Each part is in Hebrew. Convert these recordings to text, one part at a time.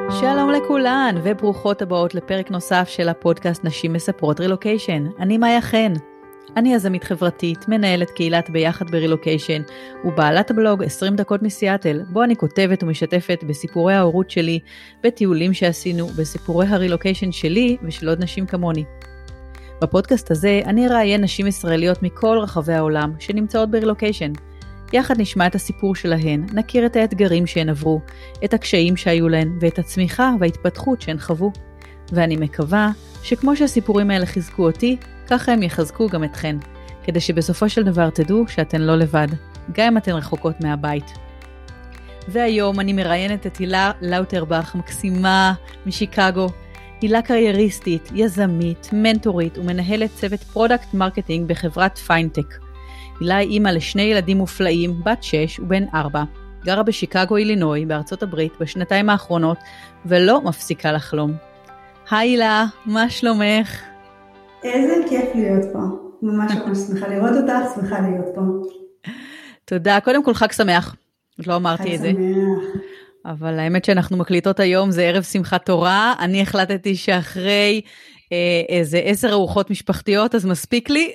שלום לכולן וברוכות הבאות לפרק נוסף של הפודקאסט נשים מספרות רילוקיישן. אני מאיה חן. אני יזמית חברתית, מנהלת קהילת ביחד ברילוקיישן ובעלת הבלוג 20 דקות מסיאטל, בו אני כותבת ומשתפת בסיפורי ההורות שלי, בטיולים שעשינו, בסיפורי הרילוקיישן שלי ושל עוד נשים כמוני. בפודקאסט הזה אני אראיין נשים ישראליות מכל רחבי העולם שנמצאות ברילוקיישן. יחד נשמע את הסיפור שלהן, נכיר את האתגרים שהן עברו, את הקשיים שהיו להן ואת הצמיחה וההתפתחות שהן חוו. ואני מקווה שכמו שהסיפורים האלה חיזקו אותי, ככה הם יחזקו גם אתכן, כדי שבסופו של דבר תדעו שאתן לא לבד, גם אם אתן רחוקות מהבית. והיום אני מראיינת את הילה לאוטרבך, מקסימה משיקגו. הילה קרייריסטית, יזמית, מנטורית ומנהלת צוות פרודקט מרקטינג בחברת פיינטק. הילה היא אימא לשני ילדים מופלאים, בת 6 ובן 4, גרה בשיקגו, אילינוי, בארצות הברית, בשנתיים האחרונות, ולא מפסיקה לחלום. היי הילה, מה שלומך? איזה כיף להיות פה. ממש שמחה לראות אותך, שמחה להיות פה. תודה. קודם כל חג שמח. לא אמרתי את זה. חג שמח. אבל האמת שאנחנו מקליטות היום, זה ערב שמחת תורה. אני החלטתי שאחרי איזה 10 ארוחות משפחתיות, אז מספיק לי.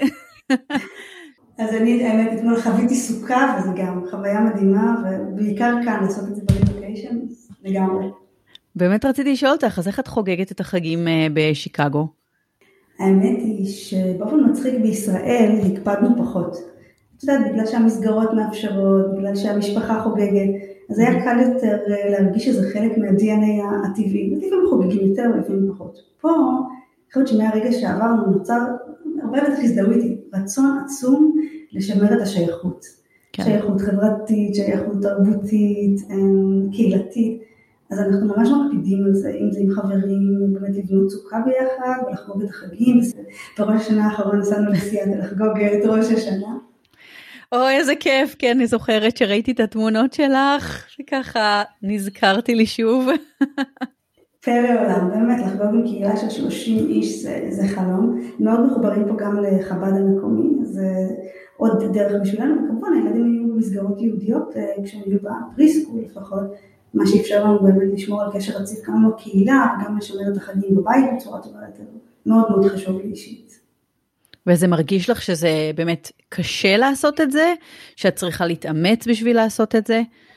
אז אני, האמת, אתמול חוויתי סוכה, וזה גם חוויה מדהימה, ובעיקר כאן לעשות את זה ברילוקיישן, לגמרי. באמת רציתי לשאול אותך, אז איך את חוגגת את החגים בשיקגו? האמת היא שבאופן מצחיק בישראל הקפדנו פחות. את יודעת, בגלל שהמסגרות מאפשרות, בגלל שהמשפחה חוגגת, אז היה קל יותר להרגיש שזה חלק מה-DNA הטבעי. לפעמים חוגגים יותר ולפעמים פחות. פה, אני חושבת שמהרגע שעברנו נוצר הרבה בטח הזדהו איתי, רצון עצום לשמר את השייכות. כן. שייכות חברתית, שייכות תרבותית, קהילתית. אז אנחנו ממש מקפידים על זה, אם זה עם חברים, באמת לבנות סוכה ביחד, ולחגוג את החגים. בראש השנה האחרון נסענו לסיאטל לחגוג את ראש השנה. אוי, איזה כיף, כן, אני זוכרת שראיתי את התמונות שלך, שככה נזכרתי לי שוב. פלא עולם, באמת, לחגוג עם קהילה של 30 איש זה חלום. מאוד מחוברים פה גם לחב"ד המקומי, אז עוד דרך בשבילנו, וכמובן הילדים היו במסגרות יהודיות, כשהם היו בפריסקול לפחות, מה שאפשר לנו באמת לשמור על קשר רציף גם בקהילה, וגם לשמר את החגים בבית בצורה טובה יותר. מאוד מאוד חשוב לי אישית. וזה מרגיש לך שזה באמת קשה לעשות את זה? שאת צריכה להתאמץ בשביל לעשות את זה?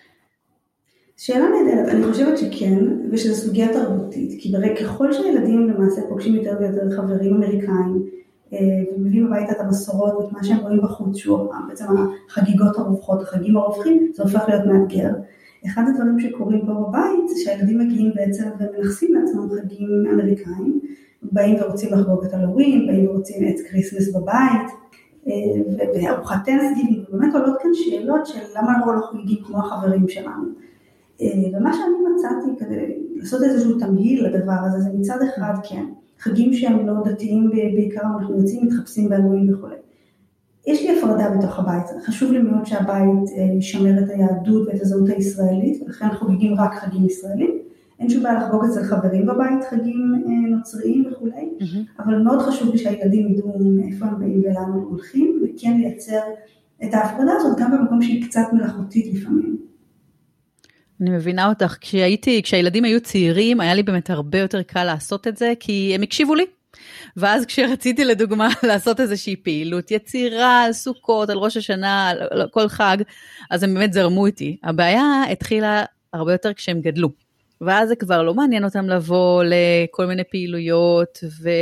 שאלה נהדרת, אני חושבת שכן, ושזו סוגיה תרבותית, כי ככל שהילדים למעשה פוגשים יותר ויותר חברים אמריקאים, ומביאים הביתה את המסורות ואת מה שהם רואים בחוץ, שהוא בעצם החגיגות הרווחות, החגים הרווחים, זה הופך להיות מאתגר. אחד הדברים שקורים פה בבית, זה שהילדים מגיעים בעצם ומנחסים לעצמם חגים אמריקאים, באים ורוצים לחגוג את הלווין, באים ורוצים את קריסמס בבית, וארוחת טנקסגיבינג, ובאמת עולות כאן שאלות של למה אנחנו לא חוגגים כמו החברים שלנו. ומה שאני מצאתי כדי לעשות איזשהו תמהיל לדבר הזה, זה מצד אחד כן, חגים שהם לא דתיים בעיקר, אנחנו יוצאים, מתחפשים באירועים וכו'. יש לי הפרדה בתוך הבית, חשוב לי מאוד שהבית ישמר את היהדות ואת הזהות הישראלית, ולכן חוגגים רק חגים ישראלים. אין שום בעיה לחגוג אצל חברים בבית, חגים נוצריים וכו'. אבל מאוד חשוב לי שהילדים ידעו מאיפה הם באים ולאן הם הולכים, וכן לייצר את ההפרדה הזאת גם במקום שהיא קצת מלאכותית לפעמים. אני מבינה אותך, כשהילדים היו צעירים, היה לי באמת הרבה יותר קל לעשות את זה, כי הם הקשיבו לי. ואז כשרציתי לדוגמה לעשות איזושהי פעילות, יצירה על סוכות, על ראש השנה, על כל חג, אז הם באמת זרמו איתי. הבעיה התחילה הרבה יותר כשהם גדלו. ואז זה כבר לא מעניין אותם לבוא לכל מיני פעילויות,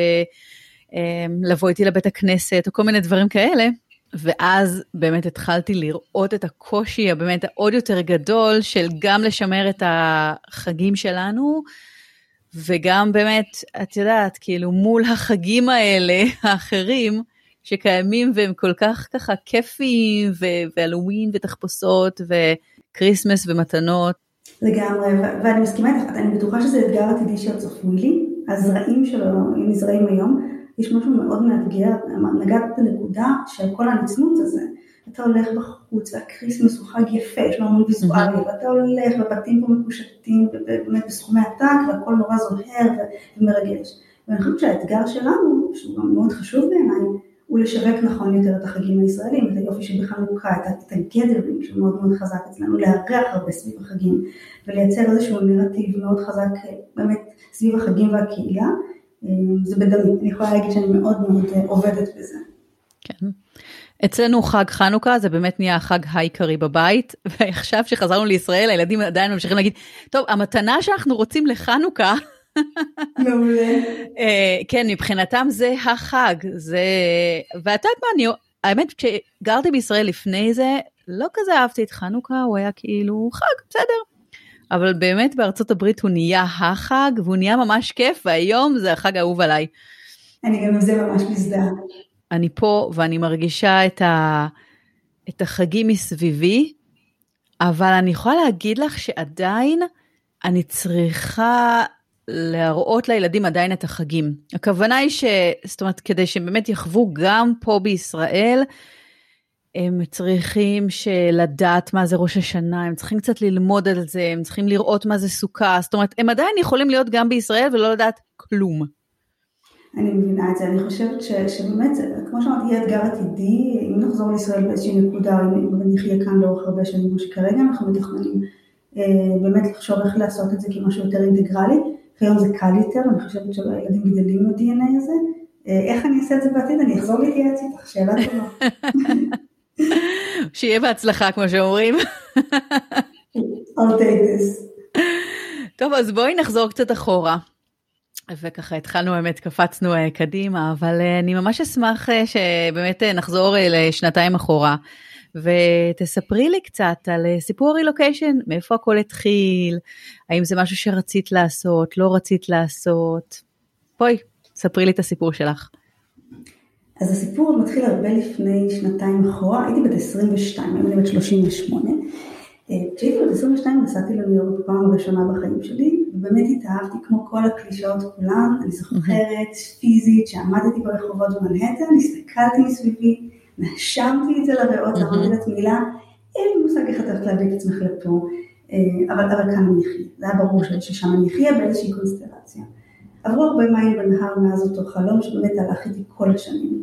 ולבוא איתי לבית הכנסת, או כל מיני דברים כאלה. ואז באמת התחלתי לראות את הקושי הבאמת העוד יותר גדול של גם לשמר את החגים שלנו, וגם באמת, את יודעת, כאילו מול החגים האלה, האחרים, שקיימים והם כל כך ככה כיפיים, והלווין ותחפושות, וקריסמס ומתנות. לגמרי, ואני מסכימה איתך, אני בטוחה שזה אתגר עתידי של צפוי לי, הזרעים שלו, הם נזרעים היום, יש משהו מאוד מאתגר, נגעת בנקודה של כל הנצנות הזה, אתה הולך בחוץ, והקריסמס הוא חג יפה, יש לו המון ויזואלי, ואתה הולך, ובתים פה מקושטים, ובאמת בסכומי עתק, והכל נורא זוהר ומרגש. ואני חושבת שהאתגר שלנו, שהוא גם מאוד חשוב בעיניי, הוא לשווק נכון יותר את החגים הישראלים, את היופי שבחנוכה, את הגדרינג שמאוד מאוד חזק אצלנו, לארח הרבה סביב החגים, ולייצר איזשהו נרטיב מאוד חזק באמת סביב החגים והקהילה, זה בדמי, אני יכולה להגיד שאני מאוד מאוד עובדת בזה. כן. אצלנו חג חנוכה, זה באמת נהיה החג העיקרי בבית, ועכשיו שחזרנו לישראל, הילדים עדיין ממשיכים להגיד, טוב, המתנה שאנחנו רוצים לחנוכה, מעולה. כן, מבחינתם זה החג, ואתה יודעת מה, האמת, כשגרתי בישראל לפני זה, לא כזה אהבתי את חנוכה, הוא היה כאילו חג, בסדר, אבל באמת בארצות הברית הוא נהיה החג, והוא נהיה ממש כיף, והיום זה החג האהוב עליי. אני גם עם זה ממש מזדהה. אני פה ואני מרגישה את החגים מסביבי, אבל אני יכולה להגיד לך שעדיין אני צריכה להראות לילדים עדיין את החגים. הכוונה היא זאת אומרת, כדי שהם באמת יחוו גם פה בישראל, הם צריכים לדעת מה זה ראש השנה, הם צריכים קצת ללמוד על זה, הם צריכים לראות מה זה סוכה, זאת אומרת, הם עדיין יכולים להיות גם בישראל ולא לדעת כלום. אני מבינה את זה, אני חושבת שבאמת, כמו שאמרתי, יהיה אתגר עתידי, אם נחזור לישראל באיזושהי נקודה, אם נחיה כאן לאורך הרבה שנים, כמו שכרגע אנחנו מתכננים, באמת לחשוב איך לעשות את זה כמשהו יותר אינטגרלי, כיום זה קל יותר, אני חושבת שהילדים גדלים ב-DNA הזה, איך אני אעשה את זה בעתיד? אני אחזור להתייעץ איתך, שאלה טובה. שיהיה בהצלחה, כמו שאומרים. I'll take this. טוב, אז בואי נחזור קצת אחורה. וככה התחלנו באמת, קפצנו קדימה, אבל אני ממש אשמח שבאמת נחזור לשנתיים אחורה, ותספרי לי קצת על סיפור הרילוקיישן, מאיפה הכל התחיל, האם זה משהו שרצית לעשות, לא רצית לעשות, בואי, ספרי לי את הסיפור שלך. אז הסיפור מתחיל הרבה לפני שנתיים אחורה, הייתי בת 22, הייתי בת 38, כשהייתי בת 22 נסעתי לניו יורק בפעם הראשונה בחיים שלי, ובאמת התאהבתי כמו כל הקלישאות כולן, אני זוכרת פיזית שעמדתי ברחובות במנהטן, הסתכלתי מסביבי, נשמתי את זה לריאות, אמרתי לעצמי מילה, אין לי מושג איך אתה הולך להביא את עצמך לפה, אבל כאן אני אחיה, זה היה ברור ששם אני אחיה באיזושהי קונסטלציה. עברו הרבה מים בנהר מאז אותו חלום שבאמת הלך איתי כל השנים.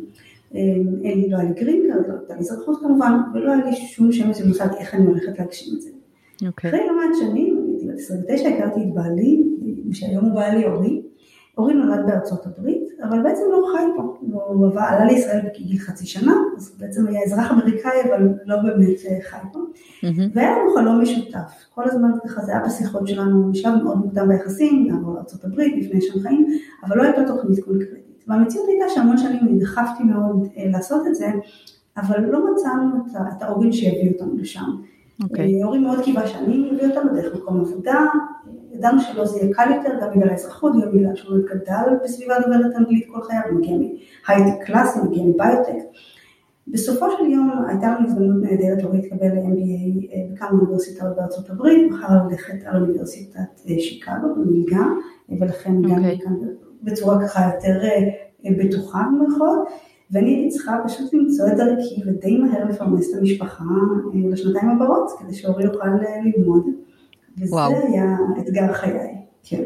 לא היה לי גרין קארד, לא הייתה לי אזרחות כמובן, ולא היה לי שום שמץ ומושג איך אני הולכת להגשים את זה. אחרי לא מעט שנים, הייתי בת 29, הכרתי את בעלי, שהיום הוא בעלי אורי. אורי נולד בארצות הברית, אבל בעצם לא חי פה. הוא עלה לישראל בגיל חצי שנה, אז בעצם היה אזרח אמריקאי, אבל לא באמת חי פה. והיה לנו חלום משותף. כל הזמן ככה זה היה בשיחות שלנו, משלב מאוד מוקדם ביחסים, נעבור לארצות הברית, לפני שם חיים, אבל לא הייתה תוכנית קונקרטית. והמציאות הייתה שהמון שנים דחפתי מאוד לעשות את זה, אבל לא מצאנו את העוגן שיביא אותנו לשם. אורי מאוד קיווה שאני מביא אותנו דרך מקום עבודה, ידענו שלא זה יהיה קל יותר, גם בגלל האזרחות, גם בגלל שהוא גדל בסביבה דוברת אנגלית כל חייו, מגיע מהייטק קלאסי, מגיע מביוטק. בסופו של יום הייתה לנו הזדמנות נהדרת לא להתקבל ל-MBA בכמה אוניברסיטאות בארצות הברית, בחר ללכת על אוניברסיטת שיקגו במלגה, ולכן הגענו כאן בצורה ככה יותר בטוחה במרכאות, ואני צריכה פשוט למצוא את דרכי ודי מהר לפרנס את המשפחה לשנתיים הבאות, כדי שאורי יוכל ללמוד. וזה היה אתגר חיי, כן.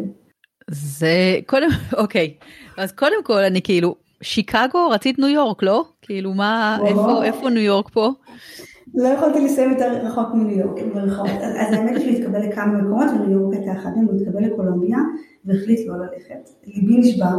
זה, אוקיי, אז קודם כל אני כאילו, שיקגו, רצית ניו יורק, לא? כאילו מה, איפה ניו יורק פה? לא יכולתי לסיים יותר רחוק מניו יורק, אז האמת שהוא התקבל לכמה מקומות, וניו יורק הייתה אחד מהם, הוא התקבל לקולומביה, והחליט לא ללכת. ליבי נשבר,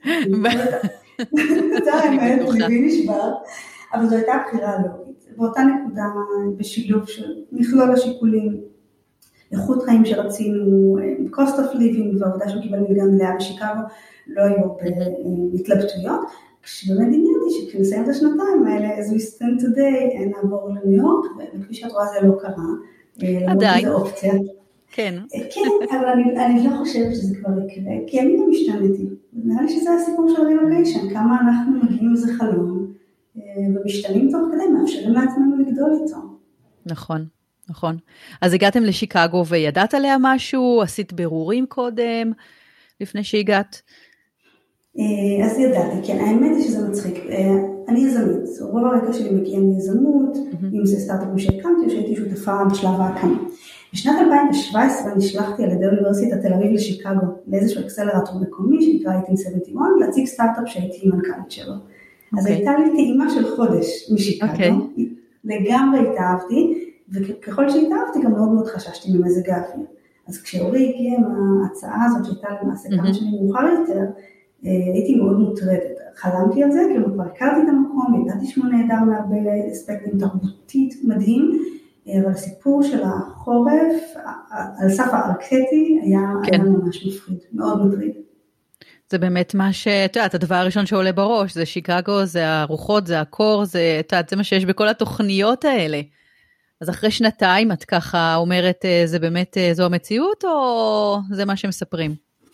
זה האמת, ליבי נשבר, אבל זו הייתה בחירה לוגית. באותה נקודה, בשילוב של מכלול השיקולים, איכות חיים שרצינו, cost of living, והעובדה שהוא קיבל מלגה מלאה בשיקגו, לא היו הרבה התלבטויות, כשבאמת דמיינתי שכנסיים את השנתיים האלה, as we stand today, נעבור לניו יורק, וכפי שאת רואה זה לא קרה, עדיין, אופציה. כן. כן, אבל אני לא חושבת שזה כבר יקרה, כי אני גם משתנתי, נראה לי שזה הסיפור של הרילוקיישן, כמה אנחנו מגיעים לזה חלום, ומשתנים תוך כדי, מאפשרים לעצמנו לגדול איתו. נכון. נכון. אז הגעתם לשיקגו וידעת עליה משהו? עשית בירורים קודם, לפני שהגעת? אז ידעתי, כן. האמת היא שזה מצחיק. אני יזמית. רוב הרקע שלי מגיע מיזמות, אם זה סטארט-אפים שהקמתי, או שהייתי שותפה בשלב ההקמה. בשנת 2017 נשלחתי על ידי אוניברסיטת תל אביב לשיקגו, לאיזשהו אקסלרטור מקומי, שנקרא 1871, להציג סטארט-אפ שהייתי מנכ"לית שלו. אז הייתה לי טעימה של חודש משיקגו, לגמרי התאהבתי, וככל שהתאהבתי גם מאוד מאוד חששתי ממזג האוויר. אז כשאורי הגיע עם ההצעה הזאת שהייתה למעשה כמה שנים מאוחר יותר, הייתי מאוד מוטרדת. חלמתי על זה, כאילו כבר הכרתי את המקום, ידעתי שהוא נהדר מהרבה אספקטים, תרבותית מדהים, אבל הסיפור של החורף, על סף הארקטי, היה ממש מפחיד, מאוד מטריד. זה באמת מה את יודעת, הדבר הראשון שעולה בראש, זה שיקגו, זה הרוחות, זה הקור, זה מה שיש בכל התוכניות האלה. אז אחרי שנתיים את ככה אומרת, זה באמת, זו המציאות, או זה מה שמספרים?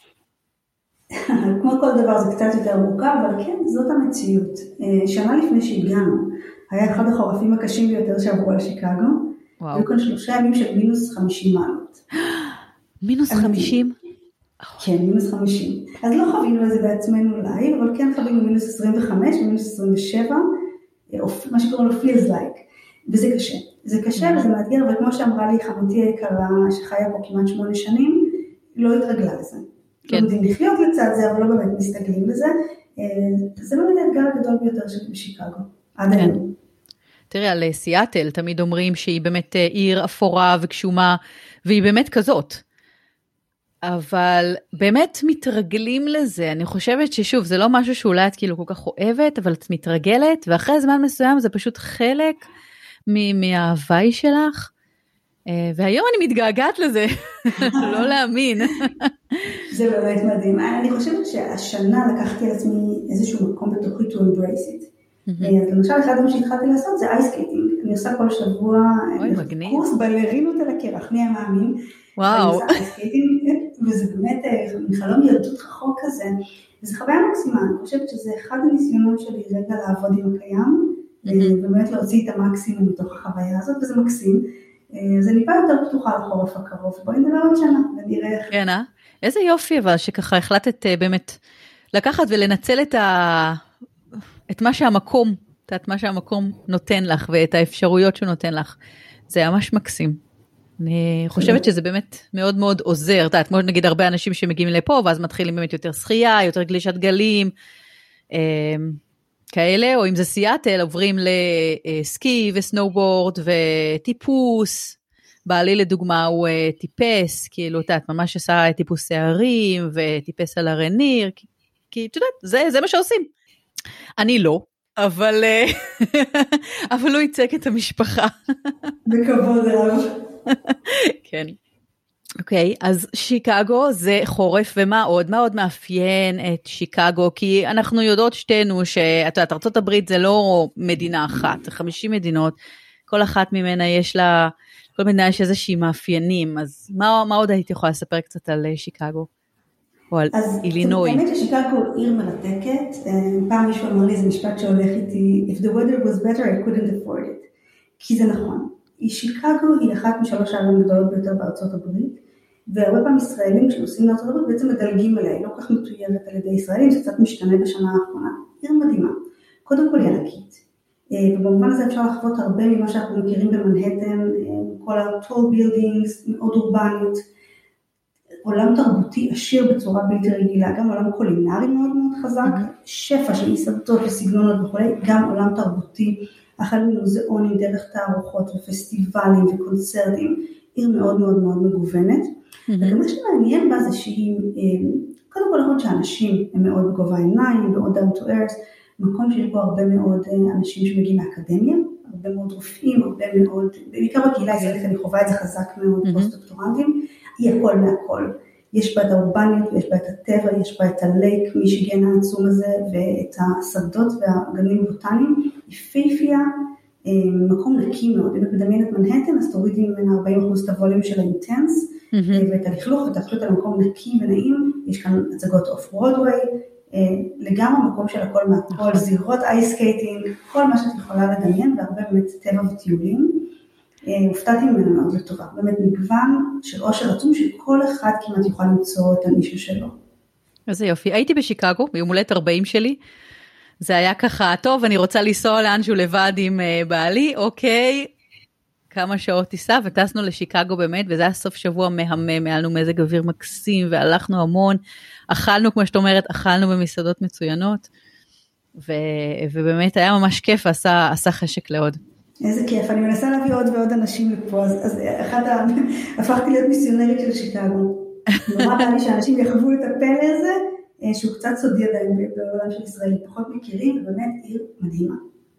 כמו כל דבר זה קצת יותר מורכב, אבל כן, זאת המציאות. שנה לפני שהגענו, היה אחד החורפים הקשים ביותר שעברו על שיקגו, היו כאן 3 ימים של מינוס 50 מעלות. מינוס 50? כן, מינוס 50. אז לא חווינו את זה בעצמנו לייב, אבל כן חווינו מינוס 25, מינוס 27, מה שקוראים לו feels like. וזה קשה. זה קשה וזה מאתגר, וכמו שאמרה לי חמותי היקרה, שחיה פה כמעט 8 שנים, לא התרגלה לזה. לא יודעים לחיות לצד זה, אבל לא באמת מסתגלים לזה. זה באמת האתגר הגדול ביותר של שיקגו. עד היום. תראי, על סיאטל תמיד אומרים שהיא באמת עיר אפורה וקשומה, והיא באמת כזאת. אבל באמת מתרגלים לזה. אני חושבת ששוב, זה לא משהו שאולי את כאילו כל כך אוהבת, אבל את מתרגלת, ואחרי זמן מסוים זה פשוט חלק מההוואי שלך. והיום אני מתגעגעת לזה, לא להאמין. זה באמת מדהים. אני חושבת שהשנה לקחתי על עצמי איזשהו מקום בתוכי to embrace it. למשל, אחד מה שהתחלתי לעשות זה אייסקייטינג. אני עושה כל שבוע קורס בלרינות על הקרח, מי המאמין. וואו. אני עושה אייסקייטינג, וזה באמת מחלום ילדות רחוק כזה. וזו חוויה מקסימה. אני חושבת שזה אחד הניסיונות שלי רגע לעבוד עם הקיים, ובאמת להוציא את המקסימום מתוך החוויה הזאת, וזה מקסים. אז אני באה יותר פתוחה לחורף הקרוב. בואי נדבר עוד שנה, ונראה איך. כן, איזה יופי, אבל שככה החלטת באמת לקחת ולנצל את מה שהמקום, את מה שהמקום נותן לך, ואת האפשרויות שהוא נותן לך. זה ממש מקסים. אני חושבת שזה באמת מאוד מאוד עוזר. את יודעת, כמו נגיד הרבה אנשים שמגיעים לפה, ואז מתחילים באמת יותר שחייה, יותר גלישת גלים, כאלה, או אם זה סיאטל, עוברים לסקי וסנובורד וטיפוס. בעלי לדוגמה הוא טיפס, כאילו, את יודעת, ממש עשה טיפוס שערים, וטיפס על הרניר, כי את יודעת, זה מה שעושים. אני לא, אבל הוא ייצג את המשפחה. בכבוד רב. כן. אוקיי, אז שיקגו זה חורף, ומה עוד? מה עוד מאפיין את שיקגו? כי אנחנו יודעות שתינו שאת יודעת, ארצות הברית זה לא מדינה אחת, זה 50 מדינות, כל אחת ממנה יש לה, כל מדינה יש איזושהי מאפיינים, אז מה עוד הייתי יכולה לספר קצת על שיקגו? או על אילינוי? אז האמת ששיקגו עיר מרתקת, פעם מישהו אמר לי, זה משפט שהולך איתי, if the weather was better I couldn't afford it, כי זה נכון. שיקגו היא אחת משלוש הערים הגדולות ביותר בארצות הברית, והרבה פעם ישראלים שנוסעים לארצות הברית בעצם מדלגים עליה, היא לא כך מתוירת על ידי ישראלים, זה קצת משתנה בשנה האחרונה. עיר מדהימה. קודם כל היא ענקית, ובמובן הזה אפשר לחוות הרבה ממה שאנחנו מכירים במנהטן, כל ה-tall buildings, מאוד אורבנית, עולם תרבותי עשיר בצורה בלתי רגילה, גם עולם קולינרי מאוד מאוד חזק, שפע של מסעדות וסגנונות וכו', גם עולם תרבותי, החל ממוזיאונים, דרך תערוכות ופסטיבלים וקונצרטים, עיר מאוד מאוד מאוד מגוונת. וגם מה שמעניין בה זה שהיא, קודם כל נכון שאנשים הם מאוד בגובה עיניים, מאוד down to earth, מקום שיש בו הרבה מאוד אנשים שמגיעים מהאקדמיה, הרבה מאוד רופאים, הרבה מאוד, בעיקר בקהילה הישראלית אני חווה את זה חזק מאוד, פוסט-דוקטורנטים, היא הכל מהכל. יש בה את האורבניות, יש בה את הטבע, יש בה את הלייק, מישיגן העצום הזה, ואת השדות והגנים הבוטניים, יפהפייה, מקום נקי מאוד. אם את מדמיינת מנהטן, אז תורידי ממנה 40% את הווליום של האינטנס, ואת הלכלוך, ותחלו את המקום נקי ונעים, יש כאן הצגות אוף ברודווי, לגמרי מקום של הכל מהכל, זירות אייסקייטינג, כל מה שאת יכולה לדמיין, והרבה באמת טבע וטיולים. הופתעתי ממנו מאוד לטובה, באמת מגוון של עושר עצום, שכל אחד כמעט יוכל למצוא את הנישה שלו. איזה יופי, הייתי בשיקגו, ביום הולדת 40 שלי, זה היה ככה, טוב, אני רוצה לנסוע לאנשהו לבד עם בעלי, אוקיי, כמה שעות טיסה, וטסנו לשיקגו באמת, וזה היה סוף שבוע מהמם, היה לנו מזג אוויר מקסים, והלכנו המון, אכלנו, כמו שאת אומרת, אכלנו במסעדות מצוינות, ובאמת היה ממש כיף, עשה חשק לעוד. איזה כיף, אני מנסה להביא עוד ועוד אנשים לפה, אז הפכתי להיות מיסיונרית של שיקגו. נורא בא לי שאנשים יחוו את הפלא הזה, שהוא קצת סודי עדיין בעולם של ישראל, פחות מכירים, ובאמת עיר מדהימה.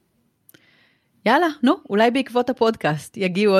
יאללה, נו, אולי בעקבות הפודקאסט יגיעו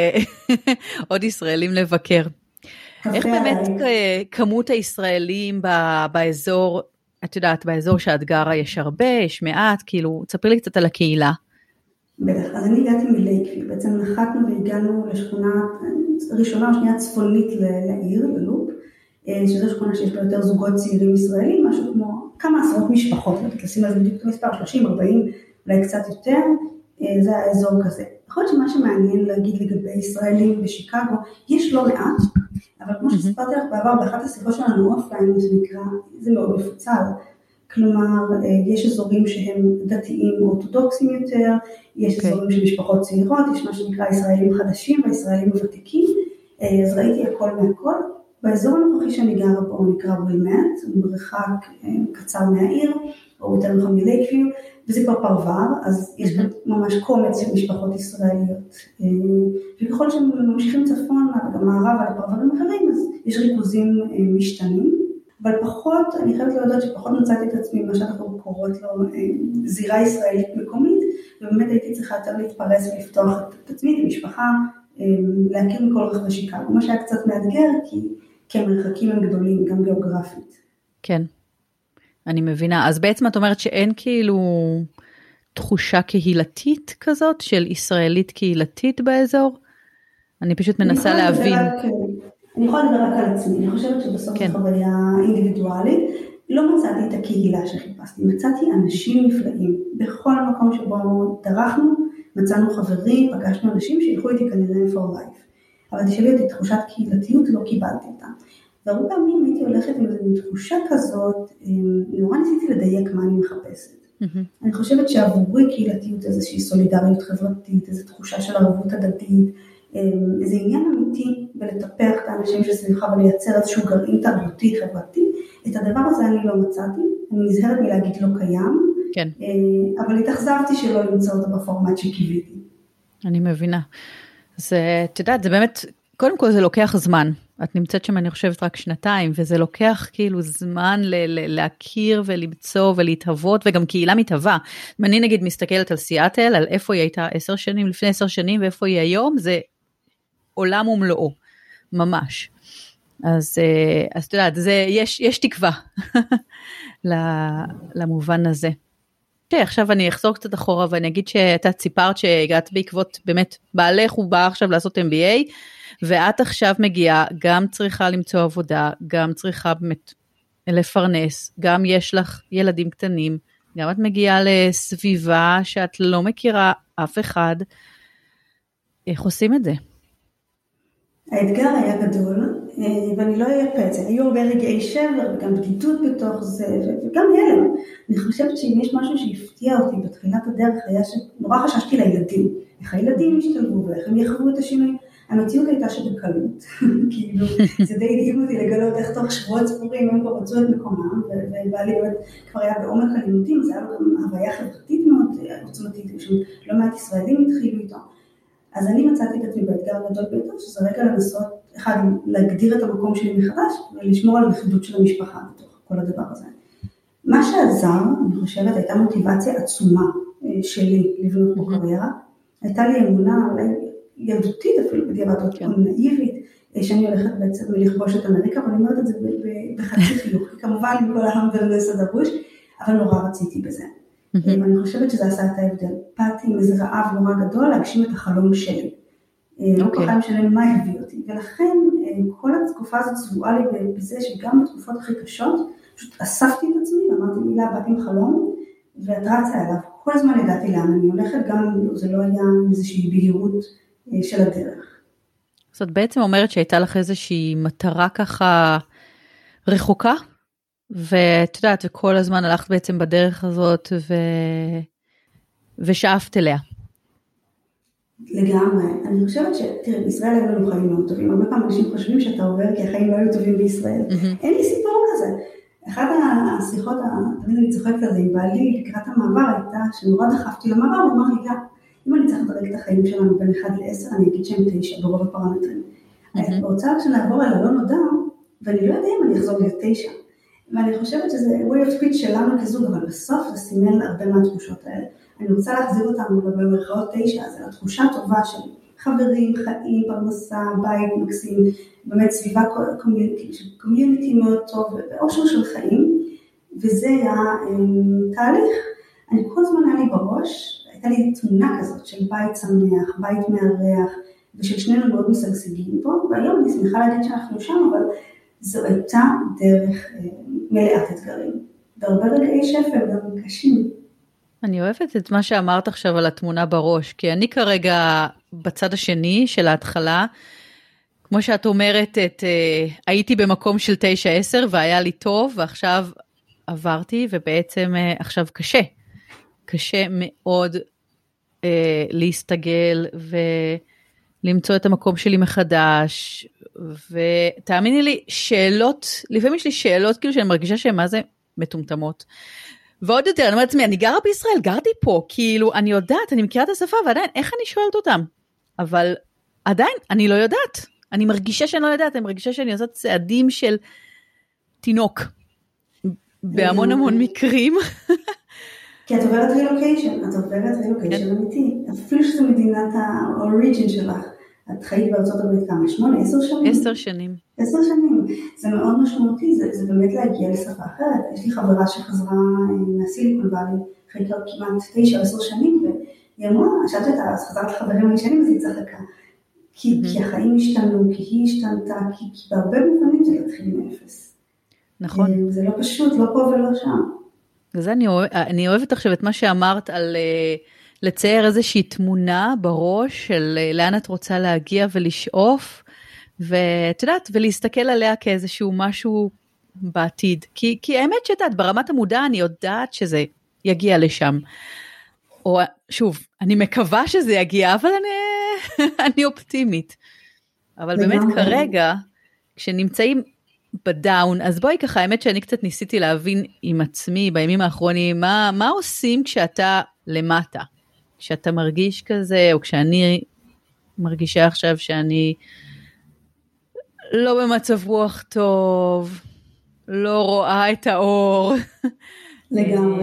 עוד ישראלים לבקר. איך באמת כמות הישראלים באזור, את יודעת, באזור שאת גרה יש הרבה, יש מעט, כאילו, תספרי לי קצת על הקהילה. בטח, אז אני הגעתי מלייקוויל, בעצם נחתנו והגענו לשכונה ראשונה או שנייה צפונית לעיר, ללופ, שזו שכונה שיש בה יותר זוגות צעירים ישראלים, משהו כמו כמה עשרות משפחות, לשים על זה בדיוק את המספר, 30, 40, אולי קצת יותר, זה האזור כזה. יכול להיות שמה שמעניין להגיד לגבי ישראלים בשיקגו, יש לא מעט, אבל כמו שספרתי לך בעבר, באחת השיחות שלנו אופליין, זה מאוד מפוצל, כלומר, יש אזורים שהם דתיים או אורתודוקסים יותר, יש אזורים של משפחות צעירות, יש מה שנקרא ישראלים חדשים וישראלים ותיקים, אז ראיתי הכל מהכל. באזור הנוכחי שאני גרה בו נקרא וילמט, הוא מרחק קצר מהעיר, או יותר נכון מלייקוויל, וזה כבר פרבר, אז יש כאן ממש קומץ של משפחות ישראליות. וככל שהם ממשיכים צפון, וגם מערב על הפרברים אחרים, אז יש ריכוזים משתנים. אבל פחות, אני חייבת להודות שפחות מצאתי את עצמי, מה שאנחנו קוראות לו זירה ישראלית מקומית, ובאמת הייתי צריכה יותר להתפרס ולפתוח את עצמי, את המשפחה, להכיר מכל רחבי שיקגו, מה שהיה קצת מאתגר, כי המרחקים הם גדולים, גם גיאוגרפית. כן, אני מבינה. אז בעצם את אומרת שאין כאילו תחושה קהילתית כזאת, של ישראלית קהילתית באזור? אני פשוט מנסה להבין. אני יכולה לדבר רק על עצמי, אני חושבת שבסוף זו חוויה אינדיבידואלית, לא מצאתי את הקהילה שחיפשתי, מצאתי אנשים נפלאים, בכל מקום שבו דרכנו, מצאנו חברים, פגשנו אנשים שילכו איתי כנראה for life, אבל תשאלי אותי, תחושת קהילתיות לא קיבלתי אותה, והרבה פעמים הייתי הולכת עם איזו תחושה כזאת, נורא ניסיתי לדייק מה אני מחפשת, אני חושבת שעבורי קהילתיות איזושהי סולידריות חברתית, איזו תחושה של ערבות הדדית, איזה עניין אמיתי בלטפח את האנשים שסביבך ולייצר איזשהו גרעין תרבותי חברתי, את הדבר הזה אני לא מצאתי, אני נזהרת מלהגיד לא קיים, כן. אבל התאכזבתי שלא למצוא אותו בפורמט שקיוויתי. אני מבינה. אז את יודעת, זה באמת, קודם כל זה לוקח זמן, את נמצאת שם אני חושבת רק 2 וזה לוקח כאילו זמן להכיר ולמצוא ולהתהוות, וגם קהילה מתהווה. אני נגיד מסתכלת על סיאטל, על איפה היא הייתה 10 שנים, לפני 10 שנים, ואיפה היא היום, זה עולם ומלואו, ממש. אז את יודעת, יש תקווה למובן הזה. עכשיו אני אחזור קצת אחורה, ואני אגיד שאתה סיפרת שהגעת בעקבות באמת בעלך, הוא בא עכשיו לעשות MBA, ואת עכשיו מגיעה, גם צריכה למצוא עבודה, גם צריכה באמת לפרנס, גם יש לך ילדים קטנים, גם את מגיעה לסביבה שאת לא מכירה אף אחד, איך עושים את זה? האתגר היה גדול, ואני לא אייפה את זה, היו הרבה רגעי שבר, וגם בדידות בתוך זה, וגם הלם. אני חושבת שאם יש משהו שהפתיע אותי בתחילת הדרך, היה שנורא חששתי לילדים, איך הילדים השתלבו, ואיך הם יחוו את השינוי. המציאות הייתה שבקלות, כאילו זה די הדהים אותי לגלות איך תוך שבועות ספורים הם כבר מצאו את מקומם, ובעלי כבר היה בעומק הלימודים, זה היה לו גם הוויה חברתית מאוד עוצמתית, שלא מעט ישראלים התחילו איתו. אז אני מצאתי את עצמי באתגר הגדול ביותר, שזה רגע לנסות, אחד, להגדיר את המקום שלי מחדש, ולשמור על הלכידות של המשפחה בתוך כל הדבר הזה. מה שעזר, אני חושבת, הייתה מוטיבציה עצומה שלי לבנות פה קריירה, הייתה לי אמונה, אולי ילדותית אפילו, בדיעבד עוד נאיבית, שאני הולכת בעצם לכבוש את אמריקה, אבל אני אומרת את זה בחצי חיוך, כמובן עם כל ההמברנס הדרוש, אבל נורא רציתי בזה. ואני חושבת שזה עשה את ההבדל. באתי עם איזה רעב נורא גדול להגשים את החלום שלי. לא כל כך משנה מה הביא אותי. ולכן כל התקופה הזאת צבועה לי בזה שגם בתקופות הכי קשות, פשוט אספתי את עצמי, ואמרתי מילה, באתי עם חלום, ואת רצה אליו. כל הזמן ידעתי לאן אני הולכת, גם אם זה לא היה איזושהי בהירות של הדרך. זאת בעצם אומרת שהייתה לך איזושהי מטרה ככה רחוקה? ואת יודעת, וכל הזמן הלכת בעצם בדרך הזאת, ושאפת אליה. לגמרי. אני חושבת תראה, בישראל היו לנו חיים מאוד טובים. הרבה פעמים אנשים חושבים שאתה עובר כי החיים לא היו טובים בישראל. אין לי סיפור כזה. אחת השיחות, תמיד אני צוחקת על זה עם בעלי, לקראת המעבר הייתה, שנורא דחפתי למעבר, הוא אמר לי, אם אני צריך לדרג את החיים שלנו בין 1 ל-10, אני אגיד שהם 9 ברוב הפרמטרים. אני רוצה שנעבור על הלא נודע, ואני לא יודע אם אני אחזור להיות 9. ואני חושבת שזה way of speech שלנו כזוג, אבל בסוף זה סימן הרבה מהתחושות האלה. אני רוצה להחזיר אותנו במרכאות 9, אז על התחושה הטובה של חברים, חיים, פרנסה, בית מקסים, באמת סביבה קומיוניטי מאוד טוב, ואושר של חיים, וזה היה תהליך. אני כל הזמן היה לי בראש, הייתה לי תמונה כזאת של בית שמח, בית מארח, ושל שנינו מאוד משגשגים פה, והיום אני שמחה להגיד שאנחנו שם, אבל זו הייתה דרך מלאת אתגרים, והרבה רגעי שפל גם קשים. אני אוהבת את מה שאמרת עכשיו על התמונה בראש, כי אני כרגע בצד השני של ההתחלה, כמו שאת אומרת, הייתי במקום של 9-10 והיה לי טוב, ועכשיו עברתי, ובעצם עכשיו קשה מאוד להסתגל ולמצוא את המקום שלי מחדש, ותאמיני לי, שאלות, לפעמים יש לי שאלות כאילו שאני מרגישה שהן מה זה מטומטמות, ועוד יותר, אני אומרת לעצמי, אני גרה בישראל, גרתי פה, כאילו אני יודעת, אני מכירה את השפה, ועדיין, איך אני שואלת אותם? אבל עדיין, אני לא יודעת, אני מרגישה שאני לא יודעת, אני מרגישה שאני עושה צעדים של תינוק, בהמון מקרים. כי את עוברת רילוקיישן, אמיתי, אפילו שזו מדינת האוריג'ין שלך, את חיית בארצות הברית כמה? 8, 10 שנים? 10 שנים. 10 שנים, זה מאוד משמעותי, זה באמת להגיע לשפה אחרת. יש לי חברה שחזרה מהסיליקון ואלי, חיית לה כמעט 9 או 10 שנים, והיא אמרה, שאלת אותה, אז חזרת לחברים הישנים, אז היא צחקה. כי החיים השתנו, כי היא השתנתה, כי בהרבה מובנים זה להתחיל מאפס. נכון. זה לא פשוט, לא פה ולא שם. וזה אני אוהבת עכשיו את מה שאמרת על לצייר איזושהי תמונה בראש של לאן את רוצה להגיע ולשאוף, ואת יודעת, ולהסתכל עליה כאיזשהו משהו בעתיד. כי האמת שאת ברמת המודע אני יודעת שזה יגיע לשם. או שוב, אני מקווה שזה יגיע, אבל אני אופטימית. אבל באמת כרגע, כשנמצאים בדאון, אז בואי ככה, האמת שאני קצת ניסיתי להבין עם עצמי בימים האחרונים, מה עושים כשאתה למטה? כשאתה מרגיש כזה, או כשאני מרגישה עכשיו שאני לא במצב רוח טוב, לא רואה את האור. לגמרי.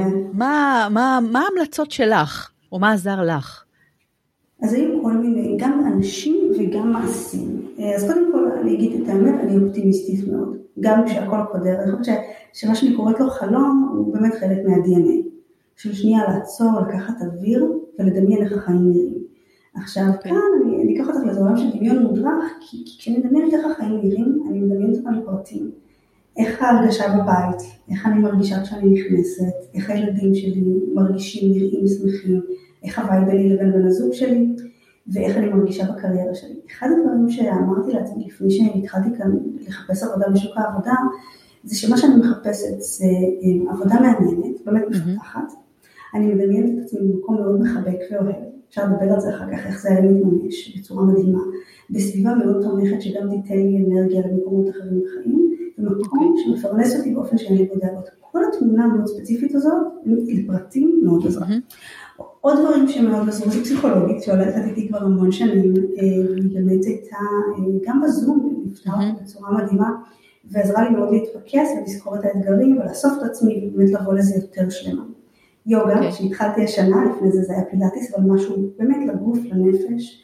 מה ההמלצות שלך, או מה עזר לך? אז היו כל מיני, גם אנשים וגם מעשים. אז קודם כל אני אגיד את האמת, אני אופטימיסטית מאוד. גם כשהכל קודר, אני חושבת שמה שאני קוראת לו חלום, הוא באמת חלק מה-DNA. של שנייה לעצור, לקחת אוויר, ולדמיין איך החיים נראים. עכשיו כאן אני אקח אותך לעולם של דמיון מודרך, כי כשאני מדמיינת איך החיים נראים, אני מדמיינת אותם לפרטים. איך ההרגשה בבית, איך אני מרגישה כשאני נכנסת, איך הילדים שלי מרגישים, נראים, שמחים, איך הבית ביני לבין בן הזוג שלי, ואיך אני מרגישה בקריירה שלי. אחד הדברים שאמרתי לעצמי לפני שהתחלתי כאן לחפש עבודה בשוק העבודה, זה שמה שאני מחפשת זה עבודה מעניינת, באמת מפתחת. אני מדמיינת את עצמי במקום מאוד מחבק ואוהב. אפשר לדבר על זה אחר כך, איך זה היה מתממש בצורה מדהימה. בסביבה מאוד תומכת שגם תיתן לי אנרגיה למקומות אחרים בחיים, ומקום שמפרנס אותי באופן שאני בודע בו. כל התמונה המאוד ספציפית הזאת, לפרטים מאוד עזרה. עוד דברים שמאוד עזרו, זו פסיכולוגית, שהולכת איתי כבר המון שנים, היא באמת הייתה גם בזום, נפתר אותה בצורה מדהימה, ועזרה לי מאוד להתפקס ולזכור את האתגרים, ולאסוף את עצמי, ובאמת לבוא לזה יותר שלמה. יוגה, שהתחלתי השנה, לפני זה היה פילאטיס, אבל משהו באמת לגוף, לנפש,